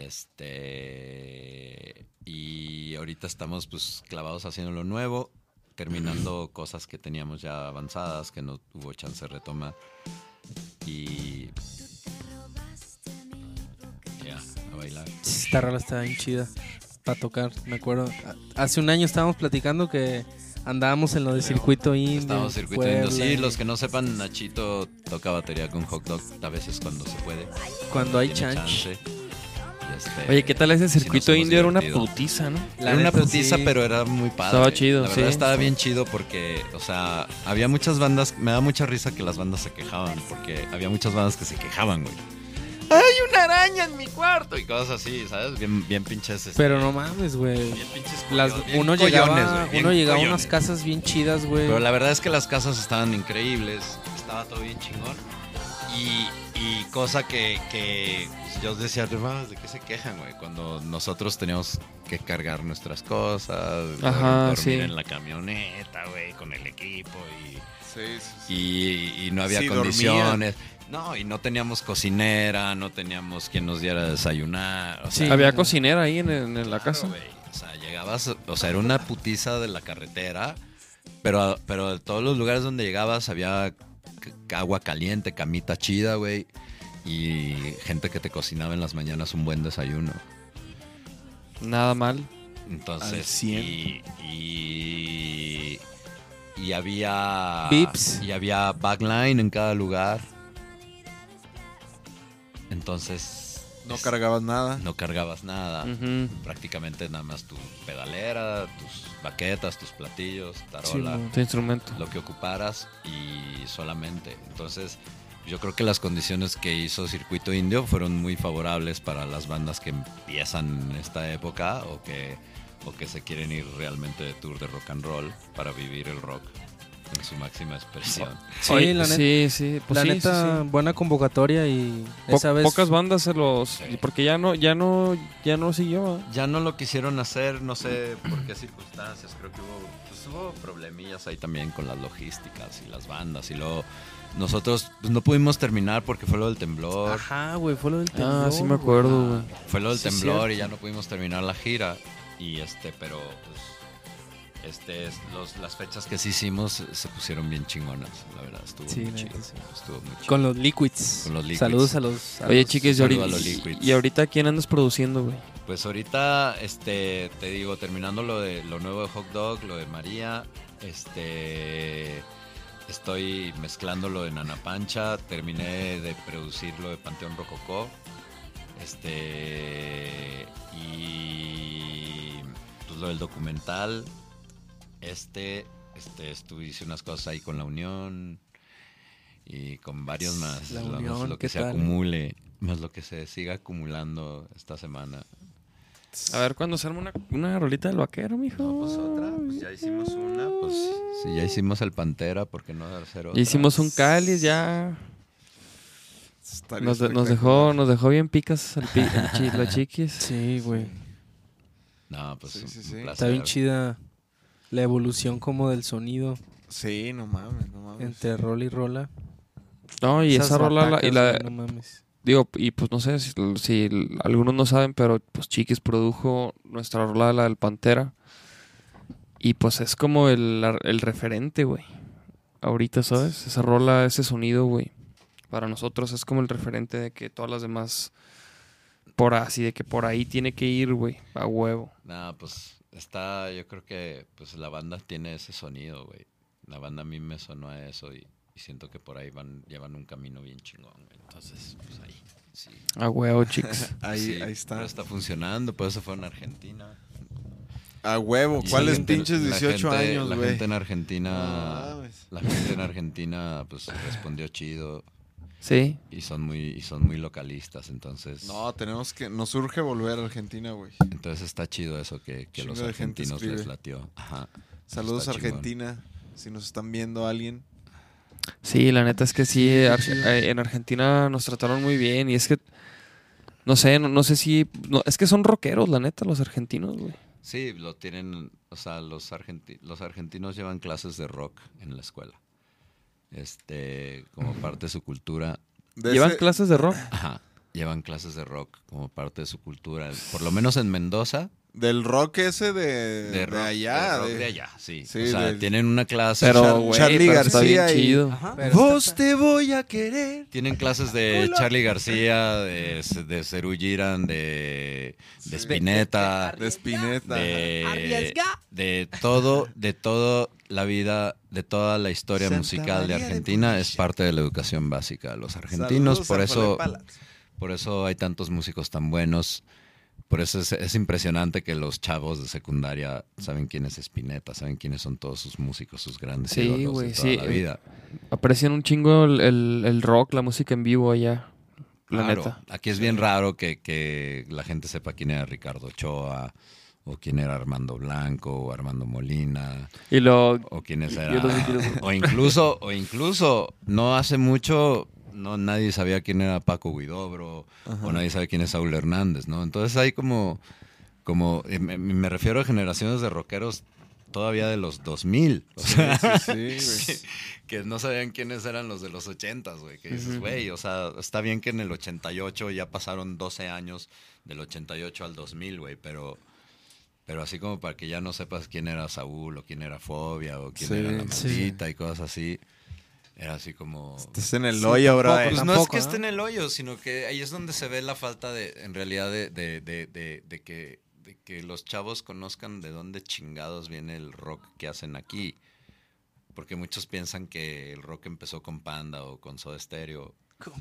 este. Y ahorita estamos pues clavados haciendo lo nuevo, terminando cosas que teníamos ya avanzadas, que no hubo chance de retomar. Y. Ya, a bailar. Esta rola está bien chida para tocar, me acuerdo. A- Hace un año estábamos platicando que andábamos en lo de circuito indie. Estamos circuito Puebla, indio. Sí, los que no sepan, Nachito toca batería con Hot Dog a veces cuando se puede. Cuando hay Tiene chance. Y este, Oye, ¿qué tal ese sí nos circuito hemos indio? Era una divertido. putiza, ¿no? La Era una neta, putiza, sí. pero era muy padre. Estaba chido, La sí. verdad estaba bien chido porque, o sea, había muchas bandas, me da mucha risa que las bandas se quejaban, porque había muchas bandas que se quejaban, güey. ¡Hay una araña en mi cuarto! Y cosas así, ¿sabes? Bien, bien pinches. este, Pero no mames, güey. bien pinches Las- collo- bien Uno collones, llegaba, güey, bien uno llegaba a collones. unas casas bien chidas, güey. Pero la verdad es que las casas estaban increíbles, estaba todo bien chingón. Y, y cosa que, que yo decía, "Hermanos, ¿de qué se quejan, güey? Cuando nosotros teníamos que cargar nuestras cosas, Ajá, dormir sí. en la camioneta, güey, con el equipo y, Sí, sí, sí. y, y no había Sí, condiciones. No, y no teníamos cocinera, no teníamos quien nos diera a desayunar. O sea, Sí. Había cocinera ahí en, en- en la claro, casa. güey. O sea, llegabas, o sea, era una putiza de la carretera, pero, pero de todos los lugares donde llegabas había c- agua caliente, camita chida, güey, y gente que te cocinaba en las mañanas un buen desayuno. Nada mal. Al Entonces, cien. y, y, y había... Vips. Y había backline en cada lugar. Entonces... No es- cargabas nada. no cargabas nada. Ujú. Prácticamente nada más tu pedalera, tus baquetas, tus platillos, tarola, Sí, Tu instrumento. lo que ocuparas y solamente. Entonces, yo creo que las condiciones que hizo Circuito Indio fueron muy favorables para las bandas que empiezan en esta época o que, o que se quieren ir realmente de tour de rock and roll para vivir el rock en su máxima expresión. Sí, Oye, la neta. sí, sí, pues la sí, neta, sí, sí. buena convocatoria y Po- esa vez... Pocas bandas se los... Sí. Porque ya no, ya no, ya no siguió. ¿eh? Ya no lo quisieron hacer, no sé por qué circunstancias, creo que hubo, pues, hubo problemillas ahí también con las logísticas y las bandas y luego nosotros pues, no pudimos terminar porque fue lo del temblor, Ajá, güey, fue lo del temblor. Ah, sí me acuerdo, güey. fue lo del Sí, temblor cierto. y ya no pudimos terminar la gira y este, pero pues este, es- los, las fechas que sí hicimos se pusieron bien chingonas, la verdad, estuvo Sí, muy neta, chido, sí. estuvo muy chido. Con los liquids. Con los liquids. Saludos a los... a Oye, los- chiquis, y saludo ahorita, a los Liquids. y ahorita ¿quién andas produciendo, güey? Pues ahorita, este, te digo, terminando lo de lo nuevo de Hot Dog, lo de María, este, estoy mezclando lo de Nana Pancha, terminé de producir lo de Panteón Rococó, este, y pues lo del documental, este, este, estuve, hice unas cosas ahí con La Unión y con varios más, La lo, Unión, lo que ¿qué se tal? acumule, más lo que se siga acumulando esta semana. A ver, ¿cuándo se arma una, una rolita del vaquero, mijo? No, pues otra, pues ya hicimos una, pues si ya hicimos el Pantera, ¿por qué no hacer otra? Ya hicimos un cáliz, ya. Estaría Nos, de- nos espectacular. dejó nos dejó bien picas el pi- el chi- la chiquis. Sí, güey. No, pues Sí, un, sí, un sí. placer. Está bien chida la evolución como del sonido Sí, no mames, no mames. entre rol y rola. No, y Esas esa rola la- y batacas, la güey, no mames. digo, y pues no sé si, si algunos no saben, pero pues Chiquis produjo nuestra rola, la del Pantera. Y pues es como el, el referente, güey. Ahorita, ¿sabes? Esa rola, ese sonido, güey. Para nosotros es como el referente de que todas las demás por así, de que por ahí tiene que ir, güey, a huevo. No, pues está, yo creo que pues la banda tiene ese sonido, güey. La banda a mí me sonó a eso y, y siento que por ahí van, llevan un camino bien chingón, güey. Entonces, pues ahí, sí. A huevo, chicos. Ahí, Sí, ahí pero está. está funcionando, por eso fueron a Argentina. A huevo. Y ¿Cuáles la gente- pinches la dieciocho gente- años, La güey? gente en Argentina, No mames. la gente en Argentina, pues respondió chido Sí. y son muy, y son muy localistas, entonces, No, tenemos que... Nos urge volver a Argentina, güey. entonces está chido eso que, que Chingo los de gente argentinos escribe. les latió. Ajá. Saludos a Está chingón. Argentina. Si nos están viendo alguien. Sí, la neta es que sí, Ar- eh, en Argentina nos trataron muy bien y es que, no sé, no, no sé si, no, es que son rockeros, la neta, los argentinos, güey. Sí, lo tienen, o sea, los, argenti- los argentinos llevan clases de rock en la escuela. Este, como parte de su cultura. De ¿Llevan ese- clases de rock? Ajá, llevan clases de rock como parte de su cultura. Por lo menos en Mendoza, Del rock ese de, de, de rock, allá. de, rock de- de allá, sí. Sí, o sea, del- tienen una clase. Pero, Char- güey, Charly pero está bien García y- chido. Pero Vos te voy a querer. Tienen clases de Charly García, de, de Serú Girán, de, de Spinetta, De Spinetta. de, de todo, de toda la vida, de toda la historia Santa musical de María de Argentina es Purísima. parte de la educación básica de los argentinos. Saludos Por a eso, Jolepalas. por eso hay tantos músicos tan buenos. Por eso es, es impresionante que los chavos de secundaria saben quién es Spinetta, saben quiénes son todos sus músicos, sus grandes Sí, ídolos güey, de toda sí. la vida. Aprecian un chingo el, el- el rock, la música en vivo allá, la Claro, neta. aquí es bien raro que, que la gente sepa quién era Ricardo Ochoa, o quién era Armando Blanco, o Armando Molina, Y lo... o quiénes Yo eran. no sé quiénes son. O incluso, o incluso, no hace mucho, no nadie sabía quién era Paco Huidobro, o nadie sabe quién es Saúl Hernández, ¿no? Entonces hay como, como eh, me, me refiero a generaciones de rockeros todavía de los dos mil. O sea, Sí, sí, güey. que no sabían quiénes eran los de los ochentas, güey. Que dices, güey, o sea, está bien que en el ochenta y ocho ya pasaron doce años del ochenta y ocho al dos mil, güey, pero, pero así como para que ya no sepas quién era Saúl o quién era Fobia o quién Sí, era La sí. Maldita y cosas así, era así como... Estás en el Sí, hoyo, bro. tampoco, eh. Pues no es tampoco, que ¿no? esté en el hoyo, sino que ahí es donde se ve la falta de, en realidad, de, de, de, de, de que, de que los chavos conozcan de dónde chingados viene el rock que hacen aquí. Porque muchos piensan que el rock empezó con Panda o con Soda Stereo.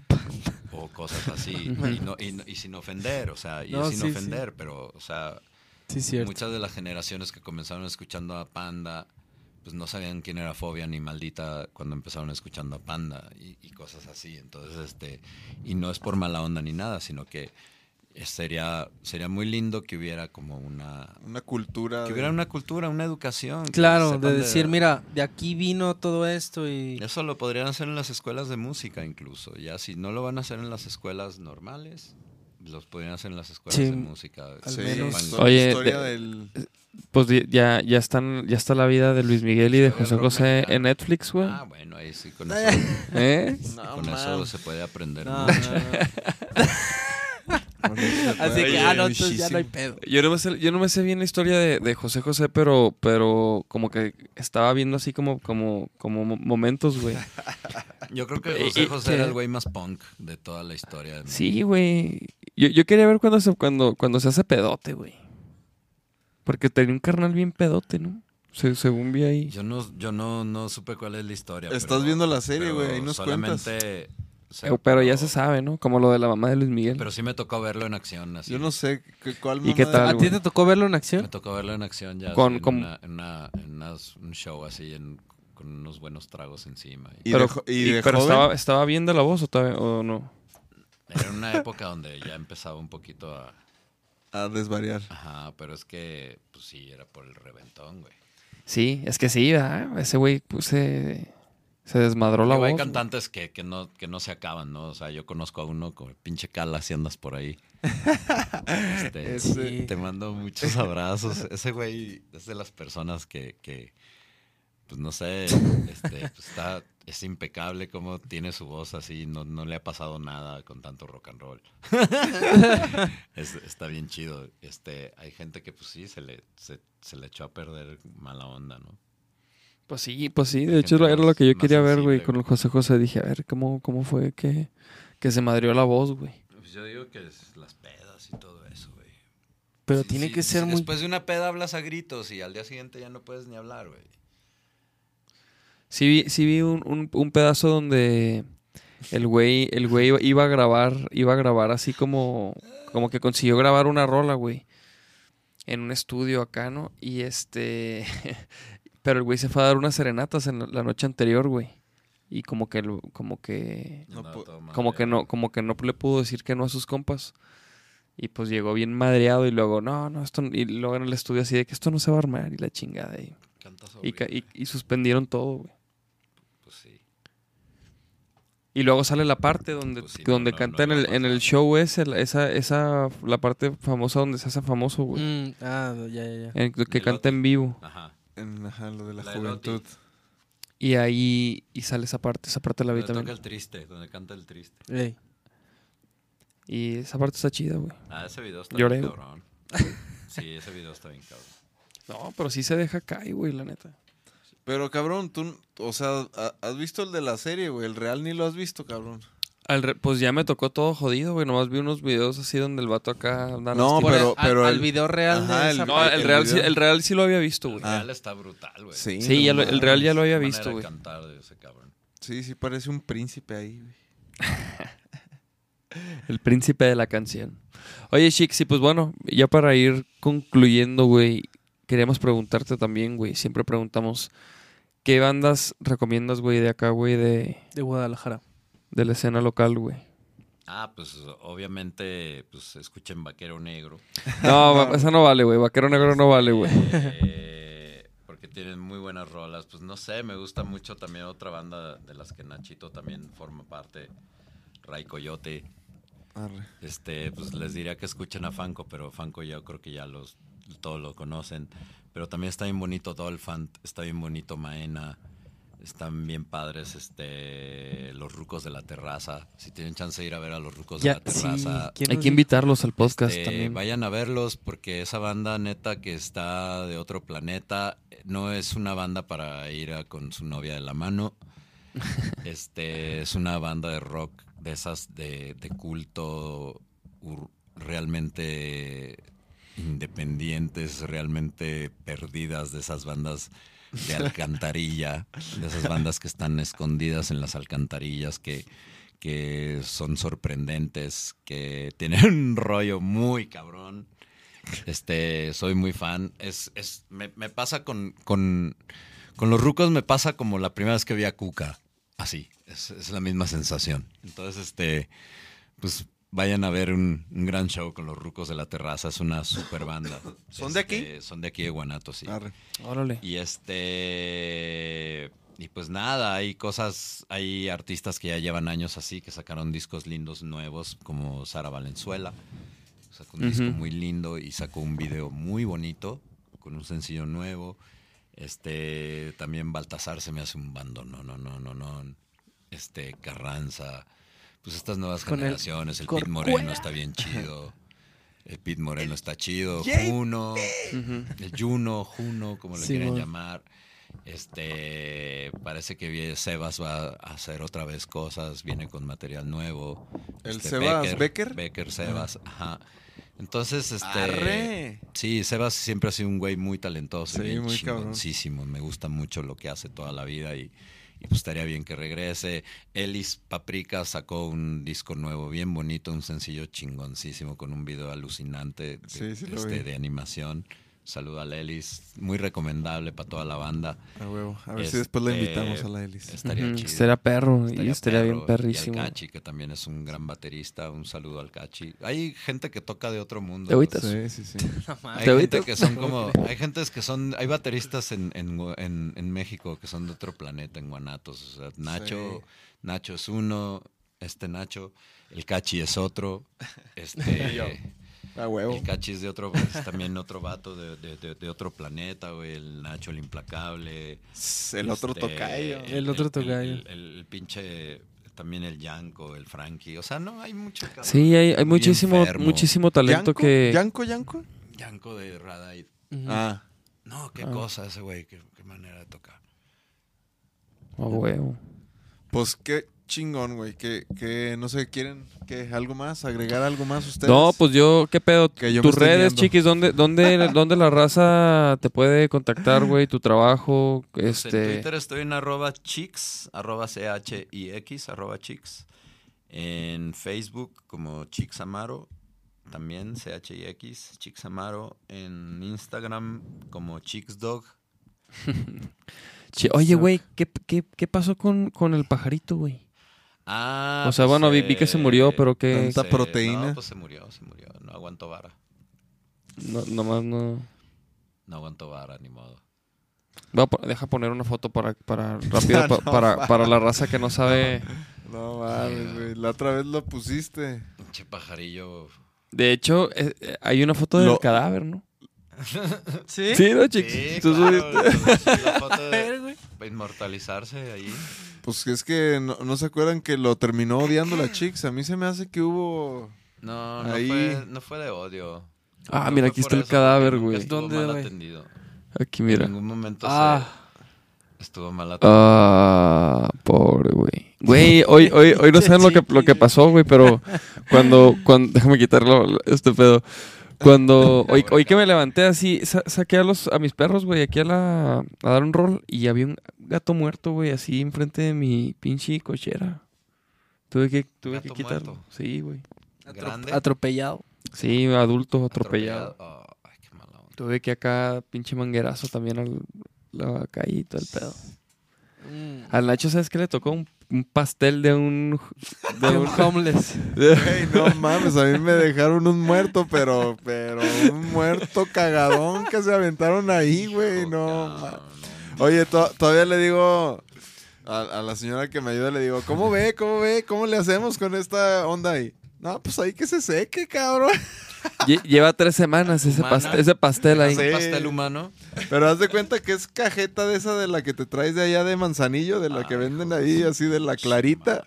O cosas así. y, no, y, no- y sin ofender, o sea, y No, es sin sí, sí. ofender, pero, o sea, Sí, cierto. muchas de las generaciones que comenzaron escuchando a Panda, pues no sabían quién era Fobia ni Maldita cuando empezaron escuchando a Panda y, y cosas así. Entonces, este, y no es por mala onda ni nada, sino que eh, sería, sería muy lindo que hubiera como una, Una cultura. que de- hubiera una cultura, una educación. que Claro, sepan de decir, mira, de aquí vino todo esto y... Eso lo podrían hacer en las escuelas de música incluso. Ya si no lo van a hacer en las escuelas normales, los podrían hacer en las escuelas Sí, de música. al Sí, menos- pues, Oye, la historia de- del... Pues di- ya, ya están, ya está la vida de Luis Miguel y de Historia José rock José mexicano. en Netflix, güey. Ah, bueno, ahí sí, con eso, ¿Eh? No, con eso mames. se puede aprender No, mucho. no, no. Con eso se Así puede que, aprender ah, no, entonces ya no hay muchísimo. pedo. Yo no me sé, yo no me sé bien la historia de, de José José, pero, pero como que estaba viendo así como, como, como mo- momentos, güey. Yo creo que Y- José y- José era el güey más punk de toda la historia. de Sí, güey. Yo, yo quería ver cuando se, cuando, cuando se hace pedote, güey. Porque tenía un carnal bien pedote, ¿no? Se- según vi ahí. Yo no, yo no, no supe cuál es la historia. Estás pero- viendo la serie, pero güey, ahí nos solamente sé- Eh, pero ya se sabe, ¿no? Como lo de la mamá de Luis Miguel. Pero sí me tocó verlo en acción. Así. Yo no sé qué- cuál ¿Y qué mamada- tal, ¿A ti güey? te tocó verlo en Me acción? tocó verlo en acción ya. Con- así, en, con- una- en una- en unas- un show así, en- con unos buenos tragos encima. Y pero de jo- y de pero joven- estaba, estaba bien de la voz o, todavía- o no. Era una época donde ya empezaba un poquito a... A desvariar. Ajá, pero es que, pues sí, era por el reventón, güey. Sí, es que sí, ¿verdad? Ese güey pues, se, Se desmadró la Digo, hay voz. cantantes que, que, no, que no se acaban, ¿no? O sea, yo conozco a uno con el pinche Cala si andas por ahí. Este, Ese- Te mando muchos abrazos. Ese güey es de las personas que, que pues no sé, este, pues está, es impecable como tiene su voz así, no, no le ha pasado nada con tanto rock and roll. Es- está bien chido. Este, hay gente que pues sí, se le, se, se le echó a perder mala onda, ¿no? Pues sí, pues sí. De Hay hecho, gente era lo que yo más- quería más ver, güey, sensible, con el güey. José José. Dije, a ver, ¿cómo, cómo fue que, que se madrió la voz, güey? Pues yo digo que es las pedas y todo eso, güey. Pero Sí, tiene sí, que ser sí, muy... Después de una peda hablas a gritos y al día siguiente ya no puedes ni hablar, güey. Sí vi, sí vi un, un, un pedazo donde el güey, el güey iba- iba a grabar, iba a grabar así como, como que consiguió grabar una rola, güey. En un estudio acá, ¿no? Y este... Pero el güey se fue a dar unas serenatas en la, la noche anterior, güey. Y como que, lo- como que... No Andaba pu- todo Como que madreado. no, como que no le pudo decir que no a sus compas. Y pues llegó bien madreado y luego, no, no, esto... Y luego en el estudio así de que esto no se va a armar y la chingada. Y, Cantas y, ca- horrible. y- y suspendieron todo, güey. Pues sí. Y luego sale la parte donde, Pues sí, donde no, no, canta no en, iba el, a en el pasar. show ese, la- esa, esa, la parte famosa donde se hace famoso, güey. Mm, ah, ya, ya, ya. En- que De canta Loti. en vivo. Ajá. En, ajá, lo de la, La de juventud. Loti. Y ahí y sale esa parte, esa parte la vi Donde toca también. el triste, donde canta el triste. Ey. Y esa parte está chida, güey. Ah, ese video está Lloré, bien güey. cabrón. Sí, ese video está bien cabrón. No, pero sí se deja caer, güey, la neta. Pero cabrón, tú, o sea, ha- ¿has visto el de la serie, güey? El real ni lo has visto, cabrón. Al re- pues ya me tocó todo jodido, güey. Nomás vi unos videos así donde el vato acá anda No, lastimado. pero- Al- pero al el- video real Ajá, de el- esa No, parte. el el real, sí, video. el real sí lo había visto, El güey. real está brutal, güey. Sí, Sí, no ya lo- el mames. real ya lo había Esa visto, manera de güey. cantar de ese cabrón. Sí, sí, parece un príncipe ahí, güey. El príncipe de la canción. Oye, Chix, y pues bueno, ya para ir concluyendo, güey, queríamos preguntarte también, güey. Siempre preguntamos, ¿qué bandas recomiendas, güey, de acá, güey, de, De Guadalajara. de la escena local, güey? Ah, pues obviamente, pues escuchen Vaquero Negro. No, va- esa no vale, güey. Vaquero Negro no vale, güey. Eh, porque tienen muy buenas rolas. Pues no sé, me gusta mucho también otra banda de las que Nachito también forma parte, Ray Coyote. Arre. Este, pues les diría que escuchen a Fanco, pero Fanco yo creo que ya los todos lo conocen. Pero también está bien bonito Dolphant, está bien bonito Maena, están bien padres este los Rucos de la Terraza. Si tienen chance de ir a ver a los Rucos Ya, de la Terraza, ¿quién Hay nos que dijo? invitarlos al podcast este, también. vayan a verlos porque esa banda neta que está de otro planeta no es una banda para ir a con su novia de la mano. Este es una banda de rock de esas de, de culto ur- realmente independientes, realmente perdidas, de esas bandas de alcantarilla, de esas bandas que están escondidas en las alcantarillas, que, que son sorprendentes, que tienen un rollo muy cabrón. Este, soy muy fan. Es, es, me, me pasa con, con, con los Rucos, me pasa como la primera vez que vi a Cuca. Así, es, es la misma sensación. Entonces, este, pues vayan a ver un, un gran show con los Rucos de la Terraza. Es una super banda. ¿Son de Este, aquí? Son de aquí de Guanato, sí. Arre. Órale. Y este. Y pues nada, hay cosas, hay artistas que ya llevan años así, que sacaron discos lindos nuevos, como Sara Valenzuela. Sacó un Ujú. disco muy lindo y sacó un video muy bonito, con un sencillo nuevo. Este, también Baltasar se me hace un bando, no, no, no, no, no. Este, Carranza. Pues estas nuevas Con el generaciones, el, Pete Corcuera. Moreno está bien chido. El Pete Moreno está chido. Juno. Ujú. El Juno, Juno, como le Sí, quieran mon. llamar. Este, parece que vie- Sebas va a hacer otra vez cosas, viene con material nuevo. ¿El Este, Sebas Becker? Becker, Sebas, ajá. Entonces, este, Arre. sí, Sebas siempre ha sido un güey muy talentoso, Sí, bien muy cabrón. chingoncísimo. Me gusta mucho lo que hace toda la vida y, y pues estaría bien que regrese. Elis Paprika sacó un disco nuevo, bien bonito, un sencillo chingoncísimo con un video alucinante de, Sí, sí lo este, vi. de animación. Saludo a Lelis, muy recomendable para toda la banda. A huevo. A ver si Este, después la invitamos a la Elis. Estaría Ujú, chido. estaría perro, y Estaría estaría bien perro. perrísimo. Y al Cachi, que también es un gran baterista. Un saludo al Cachi. Hay gente que toca de otro mundo. ¿Te agüitas? Sí, sí, sí. Hay ¿Te gente agüitas? que son como, hay gente que son, hay bateristas en, en, en, en México que son de otro planeta, en Guanatos. O sea, Nacho, Sí. Nacho es uno, este Nacho, el Cachi es otro, este, A huevo. el Cachi es de otro, es también otro vato de, de, de, de otro planeta, güey, el Nacho el implacable. El otro este, tocayo. El otro tocayo. El, el- el pinche, también el Yanko, el Frankie, o sea, no, hay mucho cabrón. Sí, hay, hay Muy muchísimo, enfermo. muchísimo talento ¿Yanko? que... ¿Yanko, Yanko? Yanko de Radite. Ujú. Ah. No, qué Ah. cosa ese güey, qué, qué manera de tocar. A huevo. Pues qué chingón, güey. Que, que no sé, ¿quieren que algo más? ¿Agregar algo más ustedes? No, pues yo, ¿qué pedo? Que yo me Tus estoy redes, viendo. chiquis, ¿dónde, dónde, dónde la raza te puede contactar, güey? Tu trabajo, Pues en este... Twitter estoy en arroba chix, arroba C H I X, arroba chix. En Facebook como Chix Amaro, también C H I X, Chix Amaro. En Instagram como Chixdog. Che, oye, güey, ¿qué, qué, qué pasó con, con el pajarito, güey? Ah, O sea, bueno, vi- vi que se murió, pero que- Tanta proteína. No, pues se murió, se murió. No aguantó vara. No, nomás no... No aguantó vara, ni modo. Voy a po- deja poner una foto para, para rápido, pa- No, para, va. para la raza que no sabe. No mames, güey. La otra vez lo pusiste. Pinche pajarillo. De hecho, eh, eh, hay una foto del Lo- cadáver, ¿no? ¿Sí? Sí, ¿no, chicos? Sí, Tú claro, subiste- la foto A ver, de güey. para inmortalizarse ahí. Pues es que no, no se acuerdan que lo terminó odiando la Chix. A mí se me hace que hubo. No, no Ahí. fue, no fue de odio. Ah, No mira, fue aquí por está el eso, cadáver, porque nunca güey. Estuvo ¿Dónde, mal güey? atendido. Aquí, En mira. ningún momento Ah. se estuvo mal atendido. Ah, pobre, güey. Güey, hoy, hoy, hoy no saben lo que, lo que pasó, güey, pero cuando, cuando, déjame quitarlo, este pedo. Cuando, hoy, hoy que me levanté así, sa- saqué a los, a mis perros, güey, aquí a la, a dar un rol y había un gato muerto, güey, así enfrente de mi pinche cochera. Tuve que, tuve ¿Gato que quitarlo. muerto? Sí, güey. Grande. Atropellado. Sí, adulto atropellado. Oh, ay, qué mala onda. Tuve que acá, pinche manguerazo también al, la calle y todo el pedo. Mm. Al Nacho, ¿sabes qué le tocó? Un, un pastel de un... De un homeless. Güey, no mames, a mí me dejaron un muerto, pero, pero un muerto cagadón que se aventaron ahí, güey. No, ma- Oye, to- todavía le digo a, a la señora que me ayuda, le digo, ¿cómo ve? ¿Cómo ve? ¿Cómo le hacemos con esta onda ahí? No, pues ahí que se seque, cabrón. Lle- Lleva tres semanas ese, Humana. pastel, ese pastel ahí. Sí. ¿Un pastel humano? Pero haz de cuenta que es cajeta de esa de la que te traes de allá de Manzanillo, de la que venden ahí, así de la clarita.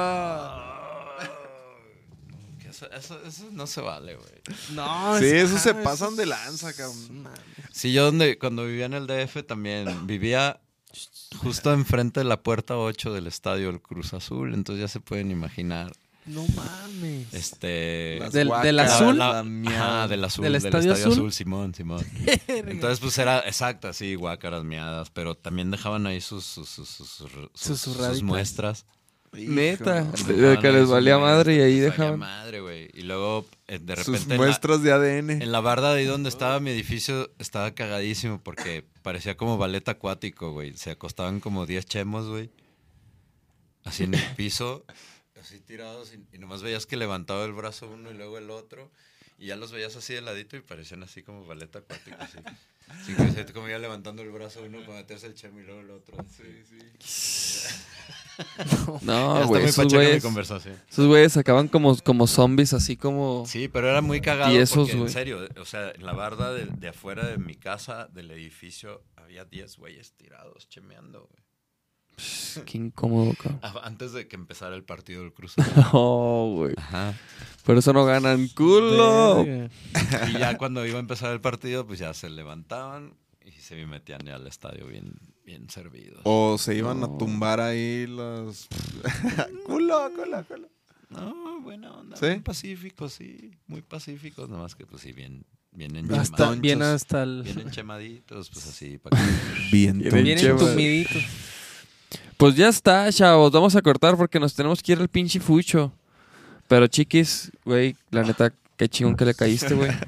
Que Eso, eso, eso no se vale, güey. No, Sí, es- eso se ah, pasan es- de lanza, cabrón. Sí, yo donde, cuando vivía en el D F también vivía justo enfrente de la puerta ocho del estadio del Cruz Azul, entonces ya se pueden imaginar. No mames. Este. Las Del- guacas, del azul. la Ajá, miada. del azul, ¿Del del, Estadio estadio, Azul? azul? Simón, Simón. Entonces, pues era exacto, así, guácaras miadas, pero también dejaban ahí sus, sus, sus, sus, sus- Sus sus zurraditas. muestras. Neta. Hijo, De, de que les valía madre y ahí Les valía dejaban. madre, güey. Y luego, eh, de Sus repente, en la, muestras de A D N. en la barda de ahí donde estaba mi edificio, estaba cagadísimo porque parecía como ballet acuático, güey. Se acostaban como diez chemos, güey. Así en el piso, así tirados, y, y nomás veías que levantaba el brazo uno y luego el otro. Y ya los veías así de ladito y parecían así como ballet acuático, así. Así que así como ya levantando el brazo uno para meterse el chemo y luego el otro. Sí, sí. No, Ya güey, está esos muy pacheca mi güeyes, conversación. esos güeyes acaban como, como zombies, así como... Sí, pero era muy cagado Y esos, porque, en güey. serio, o sea, en la barda de, de afuera de mi casa, del edificio, había diez güeyes tirados, chemeando, güey. Qué incómodo, cabrón. Ah, antes de que empezara el partido del Cruz. No, güey. Ajá. Por eso no ganan culo. Verga. Y ya cuando iba a empezar el partido, pues ya se levantaban y se metían ya al estadio bien, bien servidos. O se iban a tumbar ahí los... culo, culo, culo. No, buena onda. ¿Sí? Muy pacíficos, sí. Muy pacíficos, nomás que pues sí, bien, bien Hasta, enchemados. bien hasta el... Bien enchemaditos, pues así, para que... Bien, Bien Bien Chema. entumidito. Pues ya está, chavos. Vamos a cortar porque nos tenemos que ir al pinche fucho. Pero chiquis, güey, la neta, qué chingón que le caíste, güey. No, pues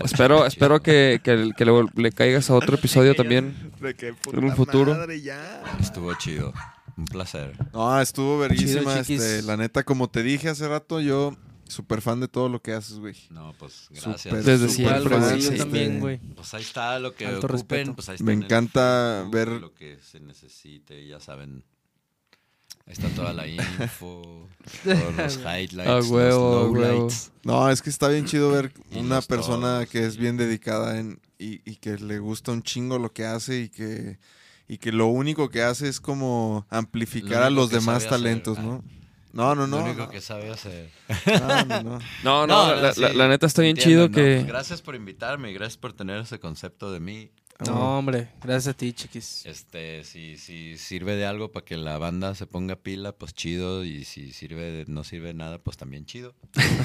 espero espero que, que, que le, le caigas a otro episodio también. ¿De qué puta En un futuro. madre, ya? Estuvo chido. Un placer. No, estuvo verguísima. Chido, chiquis. Este, la neta, como te dije hace rato, yo súper fan de todo lo que haces, güey. No, pues Súper, gracias. Desde súper siempre, Igual, fan, güey, yo este, también, güey. Pues ahí está lo que Alto ocupen, respeto. pues ahí está Me en el encanta Facebook, ver- lo que se necesite, ya saben. Ahí está toda la info, todos los highlights, A huevo, los a huevo. lowlights. No, es que está bien chido ver Y una los persona todos, que es sí. bien dedicada en, y, y que le gusta un chingo lo que hace y que, y que lo único que hace es como amplificar Lo a único los que demás sabe hacer. talentos, Ah. ¿no? No, no, no. Lo único no. que sabe hacer. No, no, no. No, no, la, sí, la- la neta está bien entiendo, chido no, que... pues gracias por invitarme y gracias por tener ese concepto de mí. No, hombre, gracias a ti, chiquis. Este, si, si sirve de algo para que la banda se ponga pila, pues chido. Y si sirve de- no sirve de nada, pues también chido.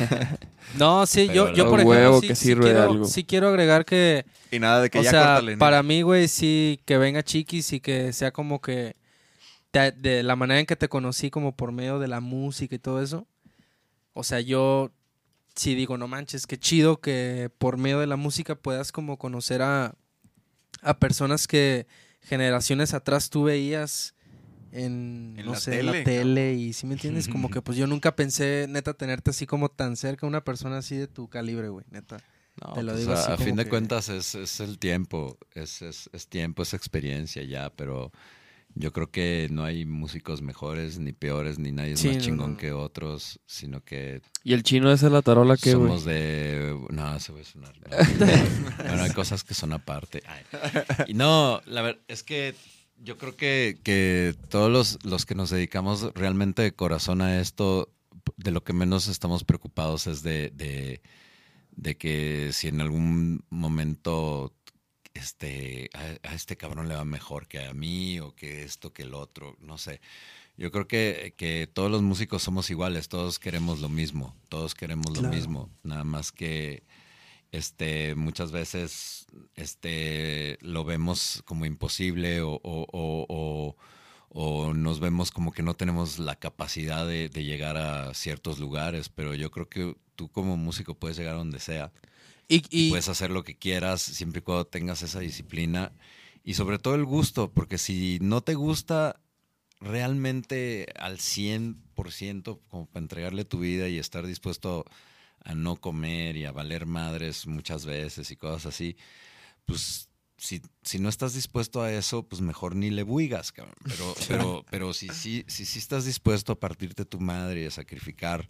No, sí, yo, Pero yo a por huevo ejemplo, sí, que sí sirve de quiero, algo. sí quiero agregar que, Y nada de que o ya sea, córtale, ¿no? para mí, güey, sí, que venga Chiquis y que sea como que de, de la manera en que te conocí como por medio de la música y todo eso. O sea, yo sí digo, no manches, qué chido que por medio de la música puedas como conocer a, a personas que generaciones atrás tú veías en, En no la sé, en la tele, tele y si me entiendes, como que pues yo nunca pensé, neta, tenerte así como tan cerca, una persona así de tu calibre, güey, neta. No, Te lo pues, digo a, así a como fin de que- cuentas es, es el tiempo, es, es, es tiempo, es experiencia ya, pero yo creo que no hay músicos mejores ni peores, ni nadie es Sí, más no, chingón no. que otros, sino que Y el chino ese es la tarola que, güey. somos de... No, se va a sonar. No. Bueno, hay cosas que son aparte. Ay. Y no, la verdad es que yo creo que, que todos los, los que nos dedicamos realmente de corazón a esto, de lo que menos estamos preocupados es de, de, de que si en algún momento este, a, a este cabrón le va mejor que a mí o que esto, que el otro, no sé. Yo creo que, que todos los músicos somos iguales, todos queremos lo mismo, todos queremos lo Claro. mismo, nada más que este, muchas veces este, lo vemos como imposible o, o, o, o, o nos vemos como que no tenemos la capacidad de, de llegar a ciertos lugares, pero yo creo que tú como músico puedes llegar a donde sea Y, y y puedes hacer lo que quieras siempre y cuando tengas esa disciplina y sobre todo el gusto, porque si no te gusta realmente al cien por ciento como para entregarle tu vida y estar dispuesto a no comer y a valer madres muchas veces y cosas así, pues si, si no estás dispuesto a eso, pues mejor ni le buigas, cabrón. Pero, pero, pero si, si, si, si estás dispuesto a partirte tu madre y a sacrificar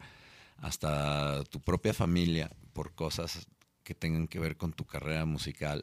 hasta tu propia familia por cosas que tengan que ver con tu carrera musical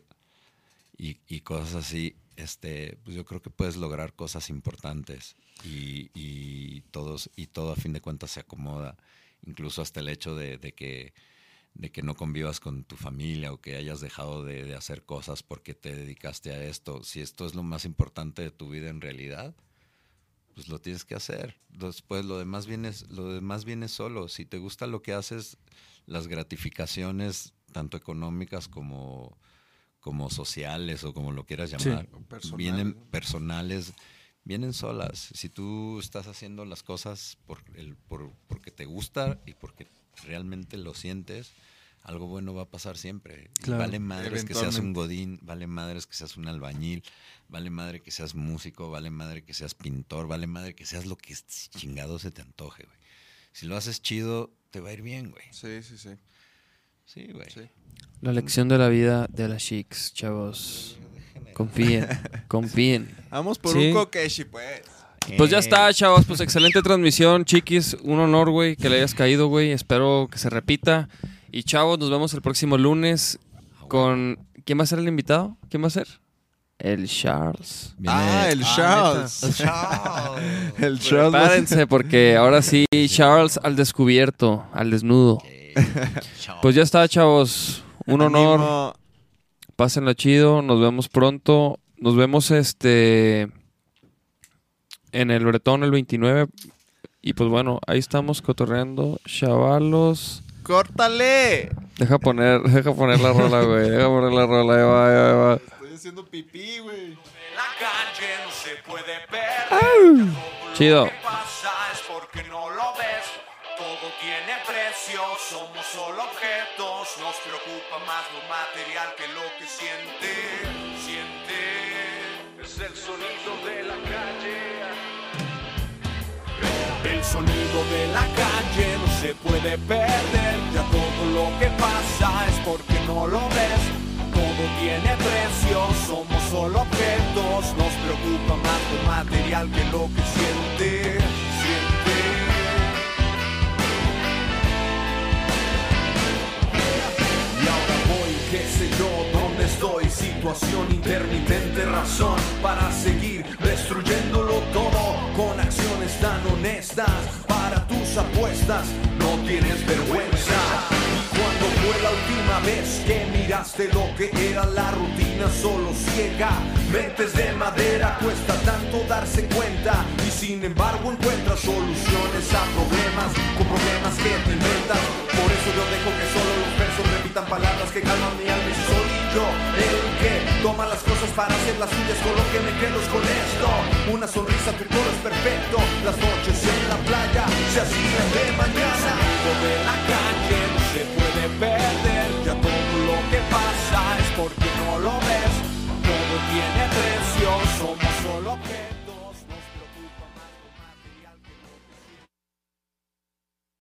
y, y cosas así, este, pues yo creo que puedes lograr cosas importantes y, y, todos, y todo a fin de cuentas se acomoda, incluso hasta el hecho de, de, que, de que no convivas con tu familia o que hayas dejado de, de hacer cosas porque te dedicaste a esto. Si esto es lo más importante de tu vida en realidad, pues lo tienes que hacer. Después lo demás viene, lo demás viene solo. Si te gusta lo que haces, las gratificaciones, tanto económicas como, como sociales o como lo quieras llamar, O personales, vienen ¿no? personales, vienen solas. Si tú estás haciendo las cosas por el, por, porque te gusta y porque realmente lo sientes, algo bueno va a pasar siempre. Y Claro. vale madres que seas un Eventualmente. godín, vale madres que seas un albañil, vale madre que seas músico, vale madre que seas pintor, vale madre que seas lo que chingado se te antoje, güey. Si lo haces chido, te va a ir bien, güey. Sí, sí, sí. Sí, güey. Sí. La lección de la vida de las chicas, chavos. Confíen, confíen. Vamos por Sí. un kokeshi, pues. Pues ya está, chavos. Pues excelente transmisión, chiquis. Un honor, güey, que le hayas caído, güey. Espero que se repita. Y chavos, nos vemos el próximo lunes con... ¿Quién va a ser el invitado? ¿Quién va a ser? El Charles. Viene- Ah, el Charles. El Charles. El Charles. Prepárense porque ahora sí, Charles al descubierto, al desnudo. Pues ya está, chavos. Un honor. Ánimo. Pásenla chido. Nos vemos pronto. Nos vemos este en el Bretón el veintinueve. Y pues bueno, ahí estamos cotorreando. Chavalos. ¡Córtale! Deja poner, deja poner la rola, güey. Deja poner la rola. Ahí va, ahí va. Estoy haciendo pipí, güey. De la calle no se puede perder. Todo lo Chido. que pasa es porque no lo ves. Todo todo tiene precio, somos solo objetos, nos preocupa más lo material que lo que siente, siente. Es el sonido de la calle. El sonido de la calle no se puede perder, ya todo lo que pasa es porque no lo ves. Todo tiene precio, somos solo objetos, nos preocupa más lo material que lo que siente, siente. Y ahora voy, qué sé yo, dónde estoy, situación intermitente, razón para seguir destruyéndolo todo, con acciones tan honestas, para tus apuestas, no tienes vergüenza. Cuando fue la última vez que miraste lo que era la rutina solo ciega? Mentes de madera, cuesta tanto darse cuenta y sin embargo encuentras soluciones a problemas, con problemas que te inventas. Por eso yo dejo que solo los versos repitan palabras que calman mi alma y soy yo el que toma las cosas para hacer las suyas. Con lo que me quedo es con esto, una sonrisa, tu coro es perfecto. Las noches en la playa se hacían de mañana. De la calle no se puede perder, ya todo lo que pasa es porque no lo